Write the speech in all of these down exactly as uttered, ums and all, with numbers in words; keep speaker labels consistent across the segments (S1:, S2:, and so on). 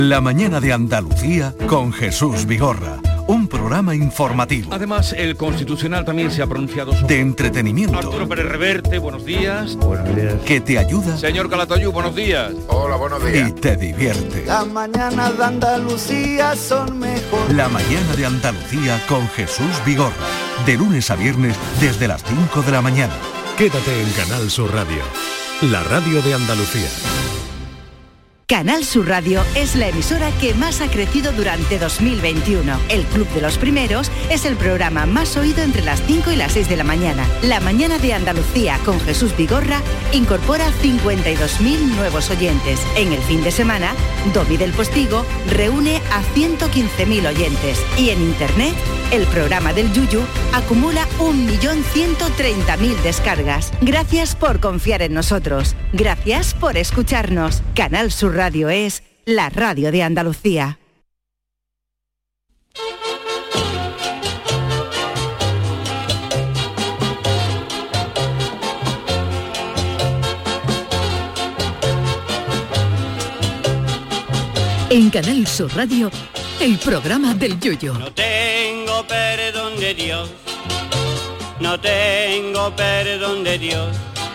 S1: La mañana de Andalucía con Jesús Vigorra. Un programa informativo.
S2: Además, el Constitucional también se ha pronunciado sobre...
S1: De entretenimiento.
S2: Arturo Pérez Reverte, buenos días.
S3: Buenos días.
S1: Que te ayuda.
S2: Señor Calatayud, buenos días.
S4: Hola, buenos días.
S1: Y te divierte.
S5: La mañana de Andalucía son mejor.
S1: La mañana de Andalucía con Jesús Vigorra. De lunes a viernes desde las cinco de la mañana.
S6: Quédate en Canal Sur Radio, la radio de Andalucía.
S7: Canal Sur Radio es la emisora que más ha crecido durante dos mil veintiuno. El Club de los Primeros es el programa más oído entre las cinco y las seis de la mañana. La mañana de Andalucía con Jesús Vigorra incorpora cincuenta y dos mil nuevos oyentes. En el fin de semana, Domi del Postigo reúne a ciento quince mil oyentes. Y en Internet, el programa del Yuyu acumula un millón ciento treinta mil descargas. Gracias por confiar en nosotros. Gracias por escucharnos. Canal Sur Radio es la radio de Andalucía.
S8: En Canal Sur Radio, el programa del Yuyu.
S9: No tengo perdón de Dios, no tengo perdón de Dios,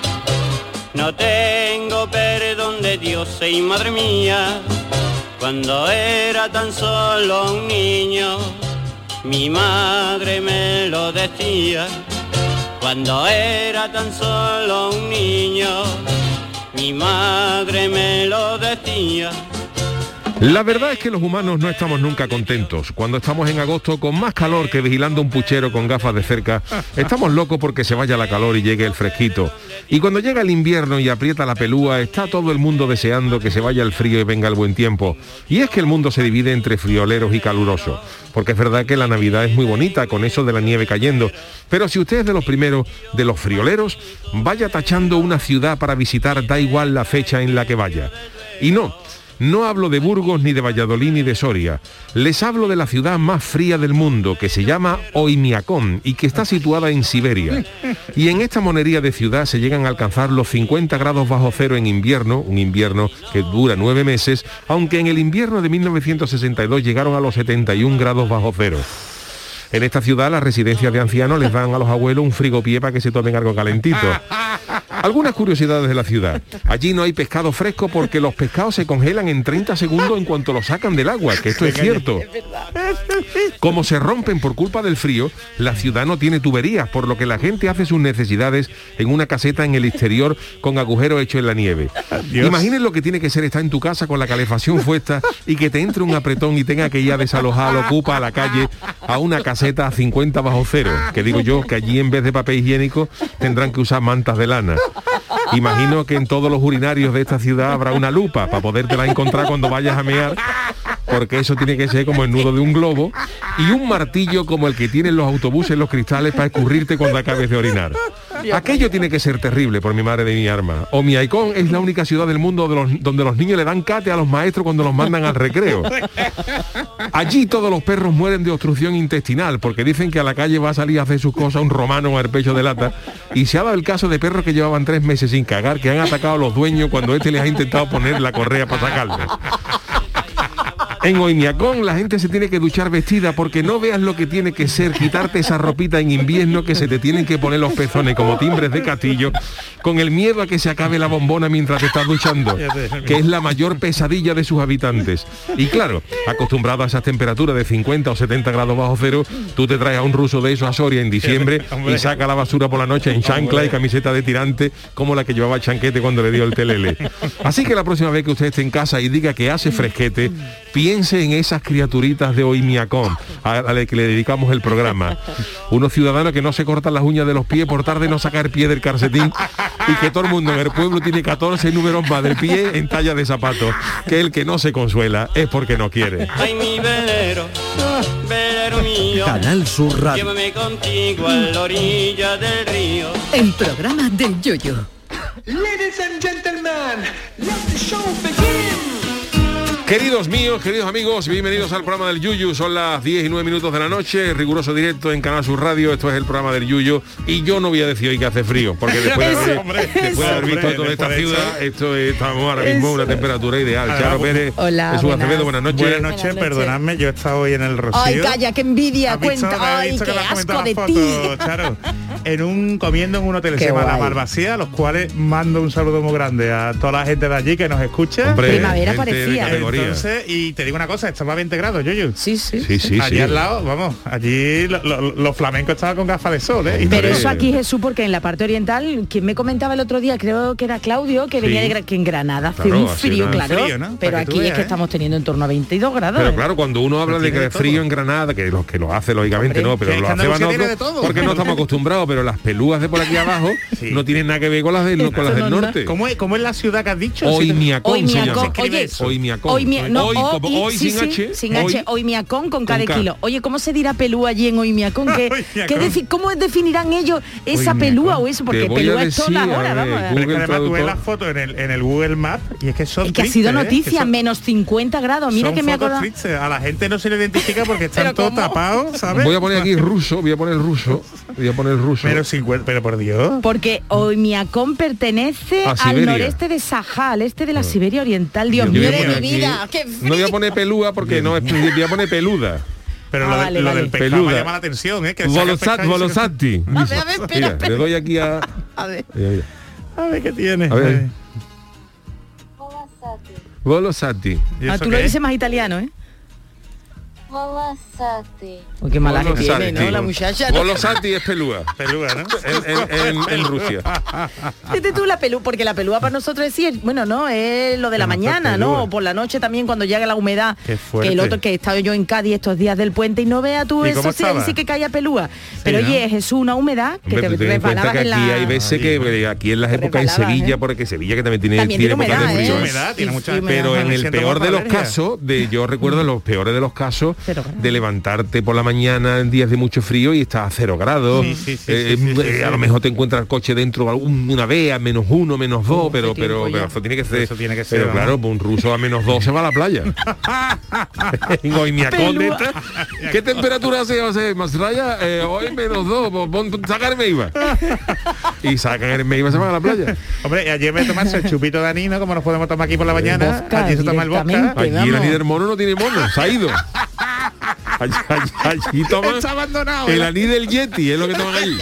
S9: no tengo perdón de Dios, y madre mía, cuando era tan solo un niño, mi madre me lo decía. Cuando era tan solo un niño, mi madre me lo decía.
S10: La verdad es que los humanos no estamos nunca contentos. Cuando estamos en agosto con más calor que vigilando un puchero con gafas de cerca, estamos locos porque se vaya la calor y llegue el fresquito. Y cuando llega el invierno y aprieta la pelúa, está todo el mundo deseando que se vaya el frío y venga el buen tiempo. Y es que el mundo se divide entre frioleros y calurosos. Porque es verdad que la Navidad es muy bonita con eso de la nieve cayendo. Pero si usted es de los primeros, de los frioleros, vaya tachando una ciudad para visitar, da igual la fecha en la que vaya. Y no... No hablo de Burgos, ni de Valladolid, ni de Soria. Les hablo de la ciudad más fría del mundo, que se llama Oymyakon y que está situada en Siberia. Y en esta monería de ciudad se llegan a alcanzar los cincuenta grados bajo cero en invierno, un invierno que dura nueve meses, aunque en el invierno de mil novecientos sesenta y dos llegaron a los setenta y un grados bajo cero. En esta ciudad, las residencias de ancianos les dan a los abuelos un frigopié para que se tomen algo calentito. Algunas curiosidades de la ciudad. Allí no hay pescado fresco porque los pescados se congelan en treinta segundos en cuanto los sacan del agua, que esto es cierto. Como se rompen por culpa del frío, la ciudad no tiene tuberías, por lo que la gente hace sus necesidades en una caseta en el exterior con agujeros hechos en la nieve. Dios. Imaginen lo que tiene que ser estar en tu casa con la calefacción puesta y que te entre un apretón y tenga que ir a desalojar al ocupa a la calle a una caseta a cincuenta bajo cero, que digo yo que allí en vez de papel higiénico tendrán que usar mantas de lana. Imagino que en todos los urinarios de esta ciudad habrá una lupa para podértela encontrar cuando vayas a mear, porque eso tiene que ser como el nudo de un globo, y un martillo como el que tienen los autobuses en los cristales para escurrirte cuando acabes de orinar. Aquello tiene que ser terrible, por mi madre de mi arma. Oymyakon es la única ciudad del mundo de los, donde los niños le dan cate a los maestros cuando los mandan al recreo. Allí todos los perros mueren de obstrucción intestinal, porque dicen que a la calle va a salir a hacer sus cosas un romano con el pecho de lata, y se ha dado el caso de perros que llevaban tres meses sin cagar, que han atacado a los dueños cuando este les ha intentado poner la correa para sacarles. En Oymyakon la gente se tiene que duchar vestida, porque no veas lo que tiene que ser quitarte esa ropita en invierno que se te tienen que poner los pezones como timbres de castillo, con el miedo a que se acabe la bombona mientras te estás duchando, que es la mayor pesadilla de sus habitantes. Y claro, acostumbrado a esas temperaturas de cincuenta o setenta grados bajo cero, tú te traes a un ruso de esos a Soria en diciembre y saca la basura por la noche en chancla y camiseta de tirante como la que llevaba Chanquete cuando le dio el telele. Así que la próxima vez que usted esté en casa y diga que hace fresquete, piense en esas criaturitas de Oymyakon a las que le dedicamos el programa. Unos ciudadanos que no se cortan las uñas de los pies por tarde no sacar pie del calcetín, y que todo el mundo en el pueblo tiene catorce números más del pie en talla de zapatos, que el que no se consuela es porque no quiere.
S9: Ay, mi velero, velero mío,
S6: Canal Sur Radio.
S9: Llévame contigo a la orilla del río.
S8: El programa del Yuyu.
S11: Ladies and gentlemen, let the show begin.
S10: Queridos míos, queridos amigos, bienvenidos al programa del Yuyu. Son las diez y nueve minutos de la noche, riguroso directo en Canal Sur Radio. Esto es el programa del Yuyu. Y yo no voy a decir hoy que hace frío, porque después de haber,
S3: hombre,
S10: después de haber visto toda esta ciudad, esto es, estamos ahora mismo a una temperatura ideal.
S3: Hola,
S10: Charo Pérez,
S4: hola,
S10: Jesús
S4: buenas.
S10: Acevedo, buenas noches.
S3: Buenas noches,
S4: Buenas noches.
S3: perdonadme, yo he estado hoy en el Rocío.
S4: Ay, calla, qué envidia,
S3: ¿Has visto-
S4: cuenta.
S3: has
S4: Ay,
S3: visto
S4: qué
S3: que las
S4: asco
S3: comentan
S4: de
S3: las
S4: ti.
S3: fotos, Charo? En un comiendo en un hotel que se
S4: Qué
S3: llama La
S4: guay.
S3: Malvasía, a los cuales mando un saludo muy grande a toda la gente de allí que nos escucha.
S10: Hombre,
S4: Primavera
S10: gente de
S4: parecía.
S10: categoría.
S3: Entonces, y te digo una cosa, estaba a veinte grados, Yuyu.
S4: Sí, sí.
S10: Sí, sí,
S3: allí
S10: sí.
S3: al lado, vamos, allí lo- lo- los flamencos estaban con gafas de sol, ¿eh? Y
S4: Pero
S10: Hombre.
S4: eso aquí, Jesús, porque en la parte oriental, quien me comentaba el otro día, creo que era Claudio, que venía de Gra- que en Granada hace
S10: Claro,
S4: un
S10: hace
S4: frío,
S10: una-
S4: claro.
S3: frío, ¿no?
S4: Pero
S3: Para que tú
S4: aquí es
S3: veas,
S4: que
S3: ¿eh?
S4: estamos teniendo en torno a veintidós grados.
S10: Pero
S4: ¿eh?
S10: claro, cuando uno habla
S3: Pero
S10: de que
S3: tiene
S10: es
S3: de
S10: frío
S3: todo.
S10: en Granada, que los que lo hace lógicamente
S4: Hombre,
S10: no, pero
S3: que
S10: lo hace
S3: Andalucía
S10: Manolo,
S3: tiene de todo.
S10: porque no estamos acostumbrados, pero las pelúas de por aquí abajo
S3: Sí.
S10: no tienen nada que ver con las del, con las del
S4: no, no.
S10: norte.
S3: ¿Cómo es, ¿Cómo es la ciudad que has dicho?
S10: Hoy
S3: Sí, te-
S10: Miacón
S4: Hoy
S10: se llama.
S4: Miacón,
S3: escribe
S4: oye,
S3: eso.
S10: Hoy Miacón.
S4: Hoy, mi- no,
S10: hoy,
S4: o-
S10: como-
S4: y-
S10: hoy
S4: sí,
S10: sin
S4: sí,
S10: H.
S4: sin
S10: hoy-
S4: H, hoy miacón con cada
S10: K.
S4: kilo. Oye, ¿cómo se dirá pelúa allí en hoy miacón? ¿Qué,
S3: Hoy
S4: qué
S3: miacón.
S4: defi- ¿Cómo definirán ellos esa
S3: Hoy
S4: pelúa
S3: miacón.
S4: o eso?
S10: Te
S4: Porque
S10: voy a
S4: pelúa es todas las
S10: decir, a
S4: horas,
S10: ver,
S4: vamos.
S3: Pero es que
S10: Google
S3: además tú ves
S10: Traductor.
S3: las fotos en el, en el Google Maps y es que son
S4: Es que ha
S3: tristes,
S4: sido
S3: ¿eh?
S4: noticia,
S3: Que son-
S4: menos cincuenta grados. Mira
S3: son
S4: que me
S3: fotos
S4: acuerdo.
S3: tristes. A la gente no se le identifica porque están
S4: ¿Pero
S3: todos
S4: cómo?
S3: tapados, ¿sabes?
S10: Voy a poner aquí ruso, voy a poner ruso, voy a poner ruso.
S3: Pero cincuenta, pero por Dios.
S4: Porque Oimiacón pertenece
S10: A
S4: al
S10: Siberia.
S4: noreste de Sajá, al este de la Siberia Oriental. Dios
S10: Yo
S4: mío
S10: voy a
S4: de
S10: poner
S4: mi
S10: aquí-
S4: vida, qué
S10: No voy a
S4: frío.
S10: poner pelúa porque no es, voy a poner peluda.
S3: Pero
S4: Ah,
S3: lo, de-
S4: vale,
S3: lo
S4: vale.
S3: del pescado me
S10: Peluda.
S3: llama la atención, ¿eh? Que saca el
S10: Volosat,
S3: pescado y se-
S10: volosati.
S4: A ver, a ver, espera,
S10: Mira,
S4: espera.
S10: le doy aquí a...
S4: A ver.
S10: Mira, mira.
S3: A ver qué tiene.
S10: A ver. Volosati.
S3: ¿Y
S4: Ah,
S3: eso
S4: tú lo
S3: qué?
S4: dices más italiano, ¿eh?
S11: Volosati.
S4: Uy, qué mala que
S10: Volosati.
S4: tiene, ¿no? La muchacha. ¿no?
S10: Volosati es pelúa.
S3: Pelúa, ¿no?
S10: En, en- en- en Rusia.
S4: Fíjate tú la pelú, porque la pelúa para nosotros es decir, bueno, no, es lo de la
S3: Pero no está
S4: mañana,
S3: pelúa.
S4: ¿no? O por la noche también cuando llega la humedad.
S3: Qué fuerte.
S4: Que el otro que he estado yo en Cádiz estos días del puente y no vea tú
S3: ¿Y
S4: eso
S3: cómo
S4: sí,
S3: estaba?
S4: sí que caía pelúa. Pero
S3: ¿no?
S4: oye, Jesús, una humedad que
S10: Hombre,
S4: te
S10: tú ten en cuenta
S4: resbalabas
S10: que
S4: en
S10: aquí
S4: la...
S10: hay veces que eh, aquí en las
S4: Te
S10: épocas en
S4: resbalabas,
S10: Sevilla,
S4: ¿eh?
S10: porque Sevilla que también tiene,
S4: También
S10: tiene
S4: tiene
S10: épocas
S4: humedad,
S10: de
S4: ¿eh?
S10: frío.
S3: humedad, tiene
S4: Sí,
S3: mucha-
S4: sí,
S10: Pero
S4: humedad.
S10: en el
S3: Siento
S10: peor
S3: más
S10: de los
S3: alergia.
S10: casos, de yo recuerdo los peores de los casos
S4: Cero grados.
S10: de levantarte por la mañana en días de mucho frío y estás a cero grados.
S3: Sí, sí, sí,
S10: Eh,
S3: sí, sí, sí,
S10: eh,
S3: sí.
S10: A lo mejor te encuentras el coche dentro algún- una vez a menos uno, menos dos, pero
S4: qué
S10: pero,
S4: tiempo
S10: pero
S4: ya.
S10: eso tiene que ser.
S3: Eso tiene que ser,
S10: pero
S3: vamos.
S10: claro, pues un ruso a menos dos se va a la playa. En Oimiacón,
S4: Pelúa.
S10: esta. ¿Qué temperatura hace, José Masraya? Eh, hoy menos dos, pon, pon- saca el Meiba. Y sacan el Meiba y se van a la playa.
S3: Hombre, ayer me tomaste el chupito de anino, como nos podemos tomar aquí por la mañana.
S4: vodka,
S3: Allí se toma el vodka.
S4: directamente.
S10: Allí
S4: vamos.
S10: la líder mono no tiene mono, se ha ido. Allí, allí, allí toman
S3: Está abandonado.
S10: el
S3: ¿verdad?
S10: anís del Yeti, es lo que toman allí.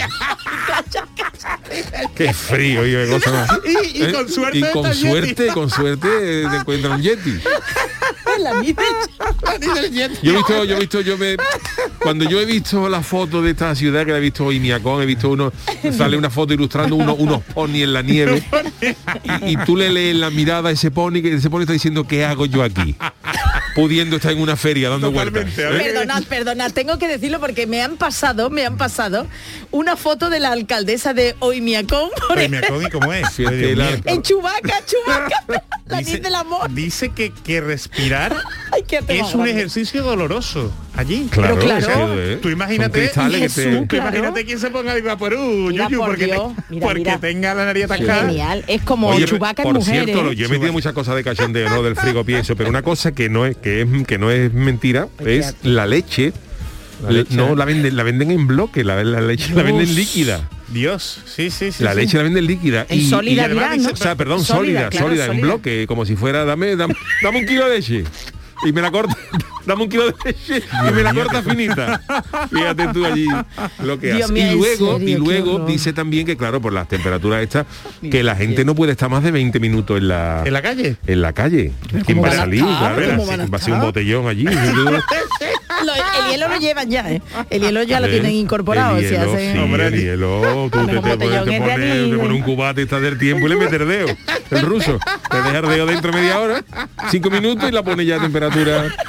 S10: Qué frío, y qué cosa más.
S3: Y- y con suerte
S10: y
S3: está
S10: con
S3: el Yeti.
S10: suerte, con suerte eh, te encuentran un Yeti.
S4: La nieve.
S10: Yo he visto, yo he visto, yo me cuando yo he visto la foto de esta ciudad que la he visto hoy Miacón, he visto uno, sale una foto ilustrando uno, unos pony en la nieve y, y tú le lees la mirada a ese pony que ese pony está diciendo ¿qué hago yo aquí? Pudiendo estar en una feria dando vueltas.
S3: Totalmente, a ver.
S4: Perdonad, perdonad, tengo que decirlo porque me han pasado, me han pasado una foto de la alcaldesa de Oimiacón por
S3: Oye, Miacón, ¿y cómo es?
S10: Fíjate,
S3: Ay, Dios
S10: la-
S3: mío.
S4: en Chubaca, Chubaca, la
S3: Dice-
S4: niña del amor.
S3: Dice que, que respirar
S4: Ay, qué tema
S3: es un
S4: grande.
S3: ejercicio doloroso allí.
S10: Claro,
S4: Pero claro,
S10: claro, ¿eh?
S3: Tú imagínate,
S10: Son cristales que te-
S4: Jesús,
S3: tú
S4: claro.
S3: imagínate quién se ponga a Vivaporú,
S4: Mira,
S3: Yuyu,
S4: por
S3: porque, te-
S4: Dios, mira,
S3: porque
S4: mira.
S3: tenga la nariz atascada.
S4: Genial, es como
S10: Oye,
S4: Chubaca en
S10: por
S4: mujeres.
S10: cierto, lo- yo he metido muchas cosas de cachondeo, ¿no? Del frigo pienso, pero una cosa que no es que es que no es mentira
S4: Pues
S10: es la leche.
S3: La
S10: Le-
S3: leche,
S10: no
S3: ¿eh?
S10: la venden, la venden en bloque, la, la leche la venden
S3: Dios.
S10: líquida.
S3: Dios, sí, sí, sí.
S10: La
S3: sí.
S10: leche la venden líquida.
S4: En sólida
S10: y además
S4: dirán, ¿no?
S10: dice- O sea, perdón,
S4: Sólida,
S10: sólida,
S4: claro,
S10: sólida, en
S4: sólida.
S10: bloque, como si fuera, dame, dame, dame un kilo de leche. Y me la corta, dame un kilo de leche y me la corta finita. Fíjate tú allí lo que
S4: Dios
S10: hace.
S4: mío,
S10: Y
S4: en
S10: luego,
S4: serio,
S10: y
S4: qué
S10: luego
S4: horror.
S10: dice también que claro, por las temperaturas estas, que la gente no puede estar más de veinte minutos en la
S3: ¿En la calle?
S10: en la calle. ¿Quién
S4: ¿cómo
S10: va a
S4: van a
S10: salir?
S4: estar?
S10: Claro,
S4: ¿Cómo van a
S10: va a ser un
S4: estar?
S10: botellón allí.
S4: Lo- el hielo lo llevan ya, ¿eh? El hielo ya lo
S10: ¿Eh?
S4: tienen incorporado.
S10: El
S4: se
S10: hielo,
S4: hacen-
S10: sí,
S3: Hombre,
S10: el hielo, tú
S4: A lo
S10: te, te,
S4: mejor
S10: pones,
S4: botellón
S10: te
S4: es de
S10: pones-
S4: anís.
S10: te pones un cubate, estás del tiempo y le metes el dedo. El ruso. Te deja el dedo dentro media hora, cinco minutos y la pone ya a temperatura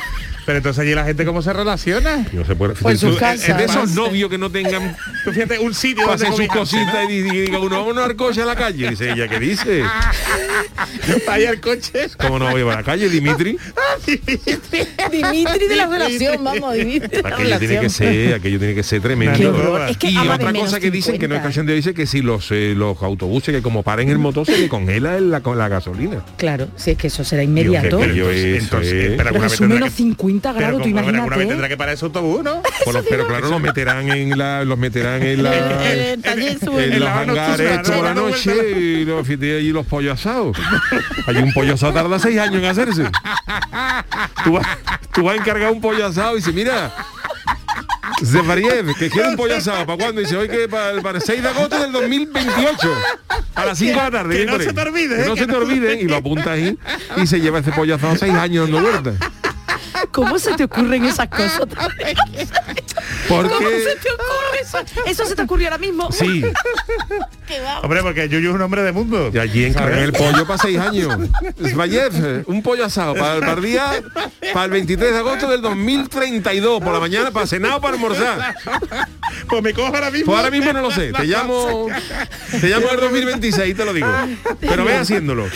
S3: Pero entonces allí la gente cómo se relaciona.
S10: No se puede.
S4: Pues
S10: Tú-
S4: sus casas.
S10: es de esos novios que no tengan
S3: Tú fíjate, un sitio
S10: para
S3: donde
S10: hacer sus
S3: cobijarse,
S10: cositas y, y diga uno, vámonos al coche a la calle. Dice ella, ¿qué dice?
S3: ¿no? Ahí al coche.
S10: ¿Cómo no voy a la calle, Dimitri?
S4: Dimitri de la relación, vamos, Dimitri de la
S10: Aquello tiene que
S4: relación.
S10: ser, aquello tiene que ser tremendo.
S4: Qué horror. Es que
S10: y
S4: ama de
S10: otra
S4: menos
S10: cosa que dicen que no es
S4: cincuenta.
S10: cachondeo, dice que si los eh, los autobuses que como paren el motor se le congela la, con la gasolina.
S4: Claro, si es que eso será
S10: Dios,
S4: inmediato.
S10: que yo eso
S3: Entonces,
S10: es-
S3: pero
S4: Pero
S3: alguna vez
S4: Jesús,
S3: tendrá
S4: menos
S3: que-
S4: cincuenta
S3: pero
S4: grados, tú
S3: como- alguna vez tendrá
S4: imagínate.
S3: que parar ese autobús, ¿no?
S10: Por lo- pero claro, los meterán en la, los meterán en la
S4: El taller su-
S10: en
S3: en
S10: los
S3: la
S10: hangares
S3: nocturna,
S10: por la
S3: dando
S10: noche
S3: vueltas.
S10: y los fíjate allí los pollos asados. Hay un pollo asado tarda seis años en hacerse. Tú vas, tú vas a encargar un pollo asado y dices, mira, Zefariev, que quiere un pollo asado, ¿para cuándo? Dice, hoy que para, para el seis de agosto del dos mil veintiocho, a las cinco de la tarde.
S3: Que
S10: ¿qué
S3: no
S10: por
S3: se
S10: ahí?
S3: te olvide,
S10: Que
S3: ¿eh?
S10: no
S3: Que
S10: se te
S3: no-
S10: olvide, y lo apunta ahí y se lleva ese pollo asado seis años dando vueltas.
S4: ¿Cómo se te ocurren esas cosas?
S10: Porque
S4: ¿Cómo se te ocurre eso? ¿Eso se te ocurrió ahora mismo?
S10: sí,
S3: Hombre, porque Yuyu es un hombre de mundo.
S10: y allí encargan el pollo para seis años. Zvayev, un pollo asado para el, para el día, para el veintitrés de agosto del dos mil treinta y dos, por la mañana, para cenar o para almorzar.
S3: Pues me cojo ahora mismo.
S10: Pues ahora mismo no lo sé, te llamo te llamo el dos mil veintiséis, te lo digo. Pero ve haciéndolo.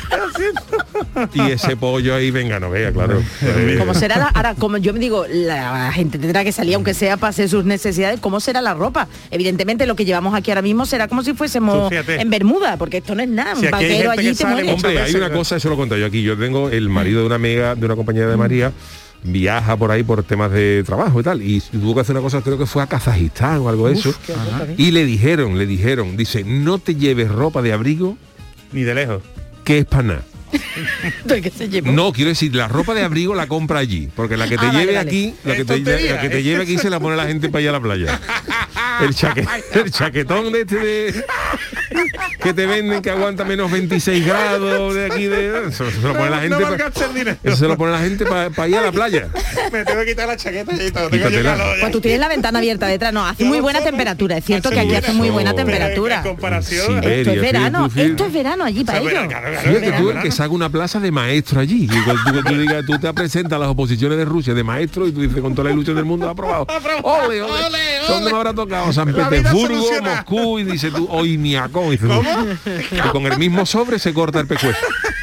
S10: Y ese pollo ahí, venga, no vea, claro.
S4: ¿Cómo será la, ahora, como yo me digo, la gente tendrá que salir, aunque sea para hacer sus necesidades, ¿cómo será la ropa? Evidentemente lo que llevamos aquí ahora mismo será como si fuésemos
S3: Tú fíjate.
S4: en Bermuda, porque esto no es nada,
S3: Si
S4: un
S3: aquí hay
S4: vaquero
S3: gente
S4: allí
S3: que
S4: te
S3: sale
S4: mueres.
S3: mucho-
S10: Hombre, hay una cosa, eso lo conté yo aquí. Yo tengo el marido de una amiga, de una compañera de María, viaja por ahí por temas de trabajo y tal, y tuvo que hacer una cosa, creo que fue a Kazajistán o algo de eso,
S4: qué horror también.
S10: y le dijeron, le dijeron, dice, no te lleves ropa de abrigo
S3: Ni de lejos.
S10: que es para nada.
S4: ¿De qué se llevó?
S10: No, quiero decir, la ropa de abrigo la compra allí, porque la que te
S4: Ah, vale,
S10: lleve
S4: vale.
S10: aquí, la que,
S3: Es
S10: te,
S3: tontería,
S10: la que te
S3: ¿eh?
S10: lleve aquí se la pone la gente para ir a la playa. El, chaque- el chaquetón de este de, que te venden que aguanta menos veintiséis grados de aquí de eso, se lo pone la
S3: No-
S10: gente
S3: no
S10: pa-
S3: malgaste el dinero.
S10: eso se lo pone la gente para ir a la playa.
S3: Me tengo que quitar la chaqueta y todo. Tengo yo
S10: Quítatela.
S3: calor ya.
S4: Pues tú tienes la ventana abierta detrás, no, hace muy buena temperatura, es cierto que aquí hace muy buena
S3: Pero en
S4: temperatura.
S3: comparación.
S10: Sí,
S4: Esto
S10: Siberia,
S4: es verano,
S10: fíjate, fíjate.
S4: esto es verano allí para
S3: Claro,
S4: ellos.
S3: claro, claro,
S10: Fíjate
S3: claro,
S10: tú
S3: claro.
S10: que saca una plaza de maestro allí. Y cuando tú, tú digas, tú te presentas a las oposiciones de Rusia de maestro y tú dices con toda la ilusión del mundo ha aprobado. Ole, ole.
S3: Ole,
S10: ¿Dónde
S3: ole.
S10: me habrá tocado? San
S3: La vida
S10: Petersburgo,
S3: solucionada.
S10: Moscú, y dice tú, hoy miacón. Y dices tú,
S3: ¿Cómo?
S10: y con el mismo sobre se corta el pescuezo.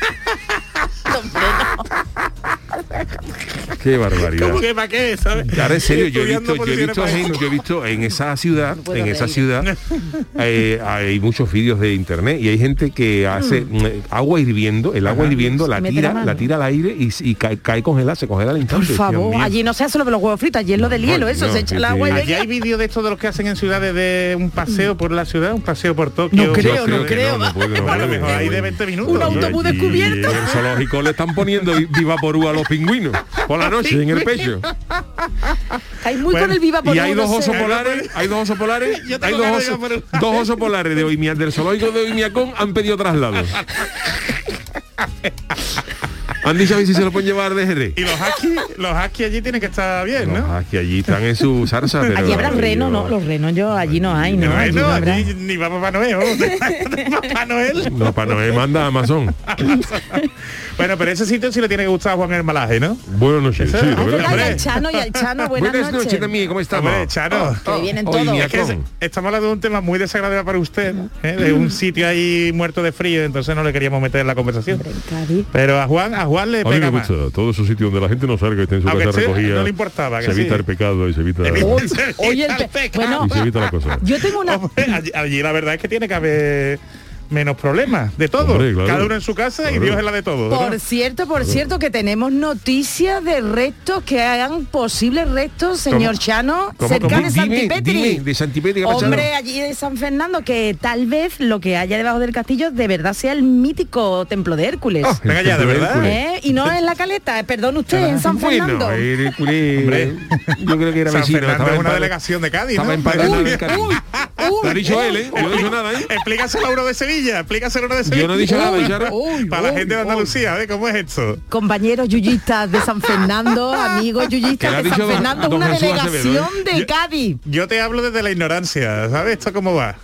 S10: Qué barbaridad.
S3: ¿Cómo que para qué? ¿Sabes?
S10: Ahora en serio, yo he
S3: Estudiando
S10: visto, yo he
S3: posiciones
S10: visto,
S3: para
S10: en,
S3: eso.
S10: yo he visto en esa ciudad,
S4: No puedo
S10: en esa
S4: reír.
S10: ciudad, eh, hay muchos vídeos de internet y hay gente que hace mm, agua hirviendo, el agua hirviendo la
S4: Mete la
S10: tira,
S4: mano.
S10: la tira al aire y, y cae, cae congelada, se congela al
S4: Por
S10: instante.
S4: favor,
S10: Dios mío.
S4: allí no se hace lo de los huevos fritos, allí es lo del
S10: No,
S4: hielo, eso,
S10: no,
S4: se echa
S10: sí,
S4: el agua y
S10: sí.
S3: Allí
S4: venga.
S3: hay vídeos de estos de los que hacen en ciudades de un paseo por la ciudad, un paseo por Tokio.
S4: No creo,
S10: Yo
S4: no
S10: que
S4: creo.
S10: No, no puede, no
S3: Bueno,
S10: puede.
S3: mejor ahí de veinte minutos.
S4: Un autobús
S10: Y
S4: descubierto.
S10: en el zoológico le están poniendo vi- viva porú a los pingüinos por la noche en el pecho.
S4: Hay muy
S3: Bueno,
S4: con el viva por
S10: Y hay
S4: uno,
S10: dos
S4: no sé.
S10: osos polares, hay dos osos polares,
S3: Yo
S10: hay
S3: tengo
S10: dos
S3: ganas de
S10: osos,
S3: ir a por-
S10: dos osos polares de Oimia, del zoológico de Oimiacón han pedido traslado. Han dicho a ver si se lo pueden llevar de Jerez.
S3: Y los huskies, los huskies allí tienen que estar bien, ¿no?
S10: No, que allí están en su salsa. Pero
S4: Allí habrá reno, ¿no? Los renos yo, allí no hay, ¿no? Allí no
S3: Bueno,
S4: habrá.
S3: allí ni va Papá Noel, ¿no? Papá Noel.
S10: No, para Noel manda a Amazon.
S3: Bueno, pero ese sitio sí le tiene que gustar a Juan el Malaje, ¿no?
S10: Buenas noches, sí,
S3: Eso-
S10: la
S4: Ah, es
S10: verdad.
S4: verdad, y
S3: Hombre.
S4: al Chano, y al Chano, buenas,
S10: Buenas noches
S4: noches.
S10: también, ¿cómo estamos?
S3: Hombre, Chano.
S4: Que vienen
S10: Hoy
S4: todos.
S10: mi
S3: Es que es-
S10: acón.
S3: estamos hablando de un tema muy desagradable para usted, ¿eh? De un sitio ahí muerto de frío, entonces no le queríamos meter en la conversación.
S4: Hombre, Cádiz.
S3: Pero a Juan, a Juan le
S10: A mí me
S3: pega más.
S10: gusta todo esos sitios donde la gente no salga, que esté en su
S3: Aunque
S10: casa
S3: esté-
S10: recogida.
S3: no le importaba, que
S10: se evita
S3: sí.
S10: el pecado y se evita,
S4: Hoy,
S10: y
S4: hoy el pe- bueno,
S10: se evita la cosa.
S4: yo tengo una
S3: Hombre, allí, allí la verdad es que tiene que haber menos problemas de todo.
S10: Hombre, claro.
S3: Cada uno en su casa y
S10: Claro.
S3: Dios en la de todos. ¿no?
S4: Por cierto, por cierto, que tenemos noticias de restos, que hagan posibles restos, señor
S10: ¿Cómo?
S4: Chano,
S10: ¿Cómo,
S4: cerca
S10: cómo?
S4: de
S10: Dime,
S4: Santipetri.
S10: dime, de Santipetri, ¿qué ha pasado?
S4: Hombre, allí de San Fernando, que tal vez lo que haya debajo del castillo de verdad sea el mítico templo de Hércules.
S10: Ah,
S3: Venga ya, de
S10: el
S3: verdad.
S10: Hércules.
S4: ¿Eh? Y no en la caleta, eh, perdón usted, en San Fernando.
S10: Bueno, el Hércules,
S3: Hombre.
S10: yo creo que era
S3: San
S10: vecino.
S3: Fernando
S10: estaba
S3: es
S10: en
S3: una
S10: Padre-
S3: delegación de Cádiz,
S10: Estaba
S3: ¿no?
S10: en Padre
S3: Uy,
S10: del Cádiz. Lo ha dicho él, ¿eh? Yo no he dicho nada, ¿eh?
S3: Explícaselo a uno de Sevilla, explícaselo a uno de Sevilla.
S10: Yo no he dicho nada, Charo.
S4: Uy,
S3: Para la
S4: uy,
S3: gente de
S4: uy.
S3: Andalucía, ¿ves cómo es esto?
S4: Compañeros yuyistas de San Fernando, amigos
S10: Que
S4: yuyistas
S10: le ha
S4: de San
S10: dicho don-
S4: Fernando,
S10: don
S4: una
S10: Jesús Acevedo,
S4: delegación
S10: ¿eh?
S4: de
S3: Yo-
S4: Cádiz.
S3: Yo te hablo desde la ignorancia, ¿sabes esto cómo va?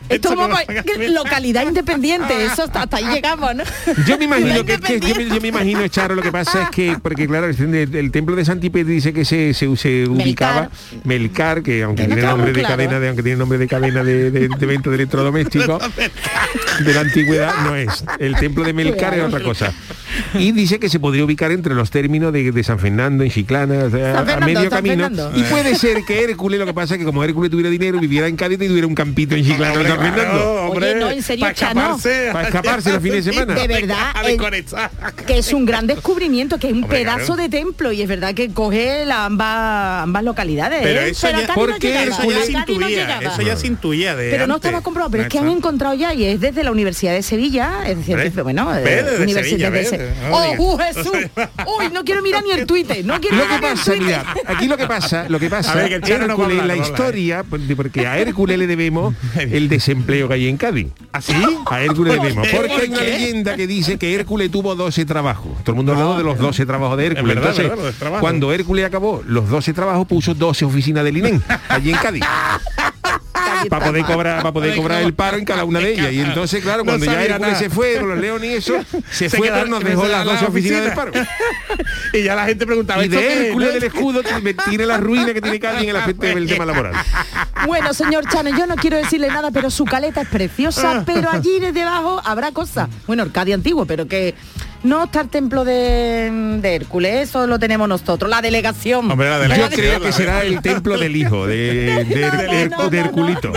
S4: Esto es como localidad independiente, eso hasta, hasta ahí llegamos, ¿no?
S10: Yo me imagino que, que yo, me, yo me imagino, Charo, lo que pasa es que, porque claro, el, el templo de Santipetri dice que se, se, se ubicaba Melcar, que aunque tiene nombre de
S4: claro.
S10: cadena de, aunque tiene nombre de cadena de, de, de venta de electrodomésticos de la antigüedad, no es. El templo de Melcar es otra cosa. Y dice que se podría ubicar entre los términos de, de San Fernando, en Chiclana, o sea,
S4: Fernando,
S10: a medio
S4: San
S10: camino.
S4: Fernando.
S10: Y puede ser que Hércules, lo que pasa es que como Hércules tuviera dinero, viviera en Cádiz y tuviera un campito en Chiclana,
S3: Hombre,
S10: San Fernando.
S3: claro, hombre,
S4: Oye, no, en serio,
S3: para
S4: Chano.
S3: escaparse,
S10: Para escaparse los fines de semana.
S4: De verdad,
S3: a
S4: el-
S3: desconectar.
S4: que es un gran descubrimiento, que es un
S3: Hombre,
S4: pedazo
S3: claro.
S4: de templo y es verdad que coge la ambas, ambas localidades.
S3: Pero
S4: ¿eh?
S3: eso ya-
S4: a Cádiz
S10: ¿por
S4: no
S10: qué
S4: llegaba,
S3: Eso
S10: Hércules
S3: ya
S4: a
S3: se
S4: Cádiz no
S3: intuía,
S4: llegaba.
S3: eso ya se intuía de
S4: Pero no
S3: antes.
S4: estaba comprobado, pero es que
S3: No
S4: han
S3: está.
S4: encontrado ya y es desde la Universidad de Sevilla, es decir,
S3: Hombre,
S4: bueno,
S3: ve,
S4: eh,
S3: desde
S4: Universidad
S3: Sevilla,
S4: de
S3: ve,
S4: Se-
S3: no
S4: ¡Oh,
S3: digas.
S4: uh, Jesús! Uy, no quiero mirar ni el Twitter, no quiero
S10: Lo que
S4: mirar ni el
S10: pasa,
S4: Twitter.
S10: mira, aquí lo que pasa, lo que pasa,
S3: A ver, que el Chano no va a
S10: Hércules,
S3: hablar,
S10: la
S3: no va a hablar.
S10: historia, porque porque a Hércules le debemos el desempleo que hay en Cádiz.
S3: ¿Así?
S10: A Hércules le debemos.
S3: qué?
S10: Porque hay
S3: ¿Por
S10: una
S3: qué?
S10: leyenda que dice que Hércules tuvo doce trabajos. Todo el mundo ha hablado de los doce trabajos de Hércules.
S3: Es verdad,
S10: Entonces,
S3: verdad, los trabajos.
S10: cuando Hércules acabó los doce trabajos, puso doce oficinas del I N E M allí en Cádiz. Para poder cobrar, para poder cobrar el paro en cada una de ellas. Y entonces, claro,
S3: No
S10: cuando ya
S3: sabía
S10: Hércules
S3: nada.
S10: se fue con los leones y eso, se,
S3: Se
S10: fue,
S3: quedó-
S10: pero nos
S3: se
S10: dejó
S3: quedó
S10: las
S3: en la
S10: doce oficinas del
S3: oficina.
S10: paro.
S3: Y ya la gente preguntaba,
S10: Y
S3: ¿esto qué
S10: de
S3: es,
S10: Hércules
S3: no?
S10: del escudo tiene la ruina que tiene Cádiz en el aspecto del tema laboral.
S4: Bueno, señor Chano, yo no quiero decirle nada, pero su caleta es preciosa, pero allí desde abajo habrá cosas. Bueno, Arcadia antiguo, pero que no está el templo de, de Hércules, eso lo tenemos nosotros, la delegación.
S3: Hombre, la
S10: Yo
S3: delegación.
S10: creo que será el templo del hijo, de, de,
S4: No,
S10: de-
S4: no, no,
S10: de
S4: no,
S10: Herculito.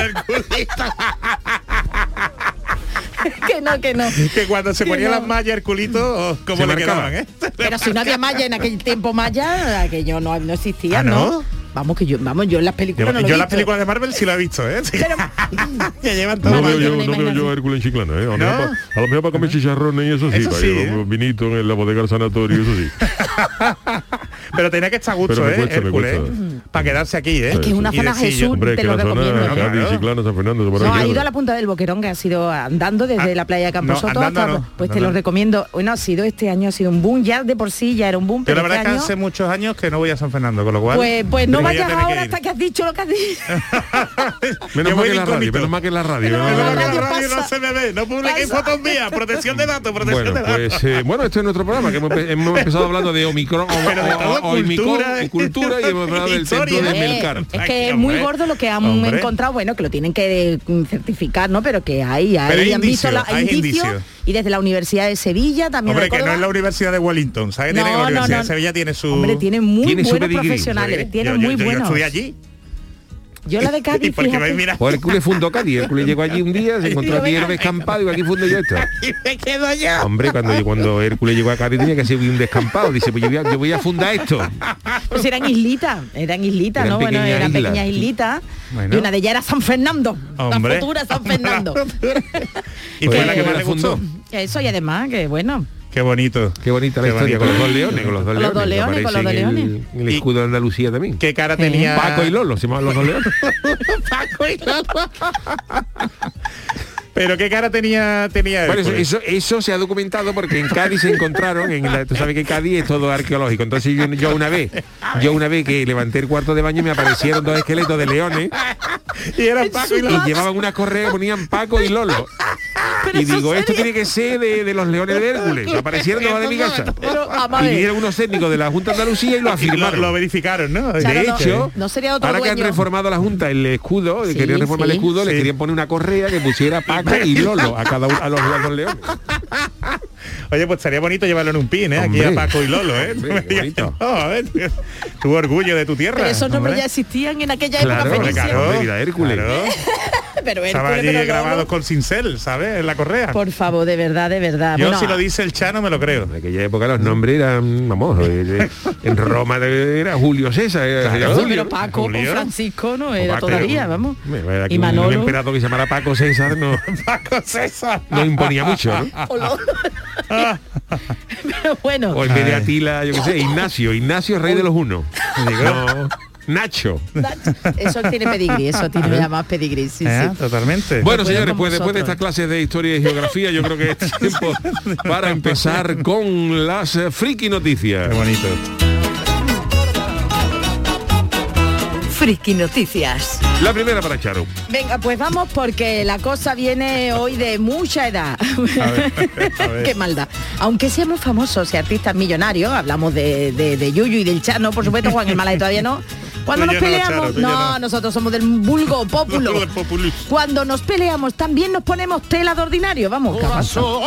S4: que no, que no.
S3: Que cuando se
S4: Que
S3: ponían
S4: no.
S3: las mallas, el culito, oh, ¿cómo
S10: Se
S3: le
S10: marcaba.
S3: quedaban, eh?
S4: Pero si no había malla en aquel tiempo malla, aquello no, no existía,
S3: ¿Ah,
S4: ¿no?
S3: no?
S4: Vamos, que yo, vamos, yo en las películas
S3: Yo,
S4: no lo he
S3: yo las
S4: visto.
S3: películas de Marvel sí lo he visto, ¿eh? Sí.
S4: Pero-
S3: que llevan todo
S10: No
S4: Vale,
S10: veo
S4: yo
S10: yo,
S4: me
S10: no veo
S4: imagino.
S10: yo a Hércules en Chiclana, ¿eh? A lo,
S3: ¿No?
S10: mejor, pa- a lo mejor para comer chicharrones y eso sí,
S3: Eso
S10: para
S3: sí,
S10: ir
S3: ¿eh?
S10: un vinito en la bodega del sanatorio, eso sí.
S3: Pero tenía que estar a gusto,
S10: Pero me
S3: ¿eh?
S10: cuesta, me
S3: Hércules,
S10: cuesta.
S3: ¿eh? Para quedarse aquí, ¿eh?
S4: Es que es una
S3: Y
S4: zona
S3: decir yo,
S4: Jesús,
S10: Hombre, es
S4: te
S10: que
S4: lo
S10: la zona
S4: recomiendo.
S10: Cádiz,
S3: Claro.
S10: Chiclana, San Fernando, se
S4: No,
S10: maravillosa.
S4: ha ido a la punta del Boquerón, que ha sido andando desde
S3: Ah,
S4: la playa de Camposoto
S3: no, andando
S4: hasta...
S3: no,
S4: pues te
S3: andando
S4: lo
S3: no.
S4: recomiendo. Bueno, ha sido este año, ha sido un boom, ya de por sí ya era un boom,
S3: Yo
S4: pero
S3: la verdad
S4: este
S3: es que
S4: año...
S3: hace muchos años que no voy a San Fernando, con lo cual...
S4: Pues, pues no
S3: voy a
S4: vayas
S3: tener que
S4: ahora
S3: ir.
S4: hasta que has dicho lo que has dicho.
S10: Menos
S3: Yo
S10: mal
S3: voy
S10: que la radio,
S3: incógnito.
S10: menos mal que la radio.
S4: Menos
S10: menos
S3: Pero
S10: mal
S3: la
S10: que la
S4: radio
S3: radio no
S4: pasa.
S3: se me ve, no publiquéis
S4: Pasa.
S3: fotos mías, protección de datos, protección
S10: Bueno,
S3: de datos.
S10: pues eh, bueno, este es nuestro programa, que hemos, empe- hemos empezado hablando de Omicron, o,
S3: Pero de
S10: o-
S3: todo,
S10: o- Omicron,
S3: cultura,
S10: y cultura, y hemos hablado del
S3: historia.
S10: templo de
S4: Eh,
S10: Melcar.
S4: es
S3: Ay,
S4: que es
S3: hombre.
S4: muy gordo lo que han
S3: Hombre.
S4: encontrado, bueno, que lo tienen que mm, certificar, ¿no? Pero que hay, hay,
S3: Pero hay
S4: han visto
S3: indicios,
S4: la, hay
S3: hay
S4: indicios,
S3: indicios.
S4: y desde la Universidad de Sevilla también.
S3: Hombre,
S4: de
S3: que no
S4: Córdoba.
S3: es la Universidad de Wellington, ¿sabes? Tiene
S4: No,
S3: que la
S4: no,
S3: Universidad
S4: no.
S3: de Sevilla tiene su...
S4: Hombre, tiene muy
S10: Tiene su
S4: buenos
S10: pedigrí.
S4: profesionales, tiene
S3: yo, yo-
S4: muy
S3: yo, yo
S4: buenos.
S3: estudié allí.
S4: Yo la de
S3: ¿Y
S4: Cádiz,
S3: por qué
S4: fíjate.
S3: me miras?
S10: Pues Hércules fundó Cádiz, Hércules llegó allí un día, se encontró
S4: Yo
S10: aquí
S4: venga.
S10: el descampado y aquí fundó yo esto.
S3: Y me quedo yo.
S10: Hombre, cuando, cuando Hércules llegó a Cádiz tenía que ser un descampado. Dice, pues yo voy a, yo voy a fundar esto.
S4: Pues eran islitas, eran islitas,
S10: Eran
S4: ¿no? Bueno,
S10: pequeñas
S4: eran
S10: islas.
S4: pequeñas islitas.
S3: Bueno.
S4: Y una de ellas era San Fernando,
S3: Hombre.
S4: la futura San Fernando.
S3: Y
S10: Pues
S3: fue la que más
S10: la
S3: le gustó.
S10: fundó.
S4: Eso, y además, que bueno.
S3: Qué bonito.
S10: Qué bonita la
S3: Qué
S10: historia,
S3: bonito.
S10: con los dos leones, con los dos
S4: Con los dos
S10: leones. que
S4: leones, con los
S10: aparecen
S4: dos
S10: en el-
S4: leones.
S10: en el escudo de Andalucía también.
S3: ¿Qué cara
S4: Sí.
S3: tenía?
S10: Paco y Lolo, se llamaban los dos leones.
S3: Paco y Lolo. Pero qué cara tenía tenía
S10: Bueno, eso,
S3: Hércules?
S10: eso, eso se ha documentado porque en Cádiz se encontraron, en la, tú sabes que Cádiz es todo arqueológico, entonces yo, yo una vez, yo una vez que levanté el cuarto de baño me aparecieron dos esqueletos de leones
S3: Y eran Paco y
S10: y
S3: Lolo.
S10: llevaban una correa, ponían Paco y Lolo.
S4: Pero
S10: Y
S4: eso
S10: digo, esto
S4: sería-
S10: tiene que ser de, de los leones de Hércules. Me aparecieron dos de mi casa.
S4: Pero, vamos a
S10: Y
S4: ver.
S10: vinieron unos técnicos de la Junta de Andalucía y lo
S3: Y lo,
S10: afirmaron.
S3: lo verificaron, ¿no?
S4: Claro,
S10: De
S4: no,
S10: hecho,
S4: no sería otro
S10: ahora que han
S4: dueño.
S10: reformado la Junta el escudo,
S4: Sí,
S10: querían reformar
S4: sí.
S10: el escudo, le
S3: Sí.
S10: querían poner una correa que pusiera Paco y Lolo a cada uno, a los, a los leones.
S3: Oye, pues estaría bonito llevarlo en un pin, ¿eh? Aquí
S10: Hombre.
S3: a Paco y Lolo, ¿eh?
S10: Hombre, qué bonito.
S3: No, ¿eh? Tu orgullo de tu tierra.
S4: Pero esos nombres
S3: hombre.
S4: ya existían en aquella
S10: Claro,
S4: época
S10: hombre,
S4: fenicia.
S10: claro. Hombre, mira, Hércules.
S3: Claro.
S4: Pero
S3: Estaba
S4: Hércules,
S3: allí
S4: pero
S3: grabados
S4: Lolo.
S3: con cincel, ¿sabes? En la correa.
S4: Por favor, de verdad, de verdad.
S3: Yo
S4: Bueno,
S3: si lo dice el Chano me lo creo.
S10: En aquella época los nombres eran, vamos, eh, eh, en Roma era Julio César, era, era
S3: Claro.
S4: sí,
S10: Julio.
S4: pero Paco
S3: Julio.
S4: o Francisco no era
S3: Paco,
S4: todavía, vamos.
S10: Hombre, aquí
S4: Y
S10: un- Un
S4: Manolo.
S10: emperador que se llamara Paco César no,
S3: Paco César.
S10: no imponía mucho, ¿no?
S4: O lo- Pero bueno.
S10: O en vez de Atila, yo qué sé, Ignacio, Ignacio rey de los unos. No, Nacho.
S4: Eso tiene pedigrí, eso tiene más pedigrí, sí,
S3: ¿Eh?
S4: sí.
S3: Totalmente.
S10: Bueno,
S4: Bueno,
S10: señores,
S4: con
S10: pues después de
S4: vosotros.
S10: estas clases de historia y geografía, yo creo que es tiempo para empezar con las eh, friki noticias.
S3: Qué bonito.
S8: Friki Noticias.
S10: La primera para Charo.
S4: Venga, pues vamos porque la cosa viene hoy de mucha edad.
S3: A ver, a ver.
S4: Qué maldad. Aunque seamos famosos y artistas millonarios, hablamos de, de, de Yuyu y del Chano, por supuesto, Juan el Malay todavía no. Cuando
S3: Tú y
S4: nos
S3: yo no,
S4: peleamos,
S3: Charo, tú y yo
S4: no,
S3: no.
S4: nosotros somos del vulgo populo.
S3: Del populus.
S4: Cuando nos peleamos también nos ponemos tela de ordinario. Vamos, ¿qué pasó?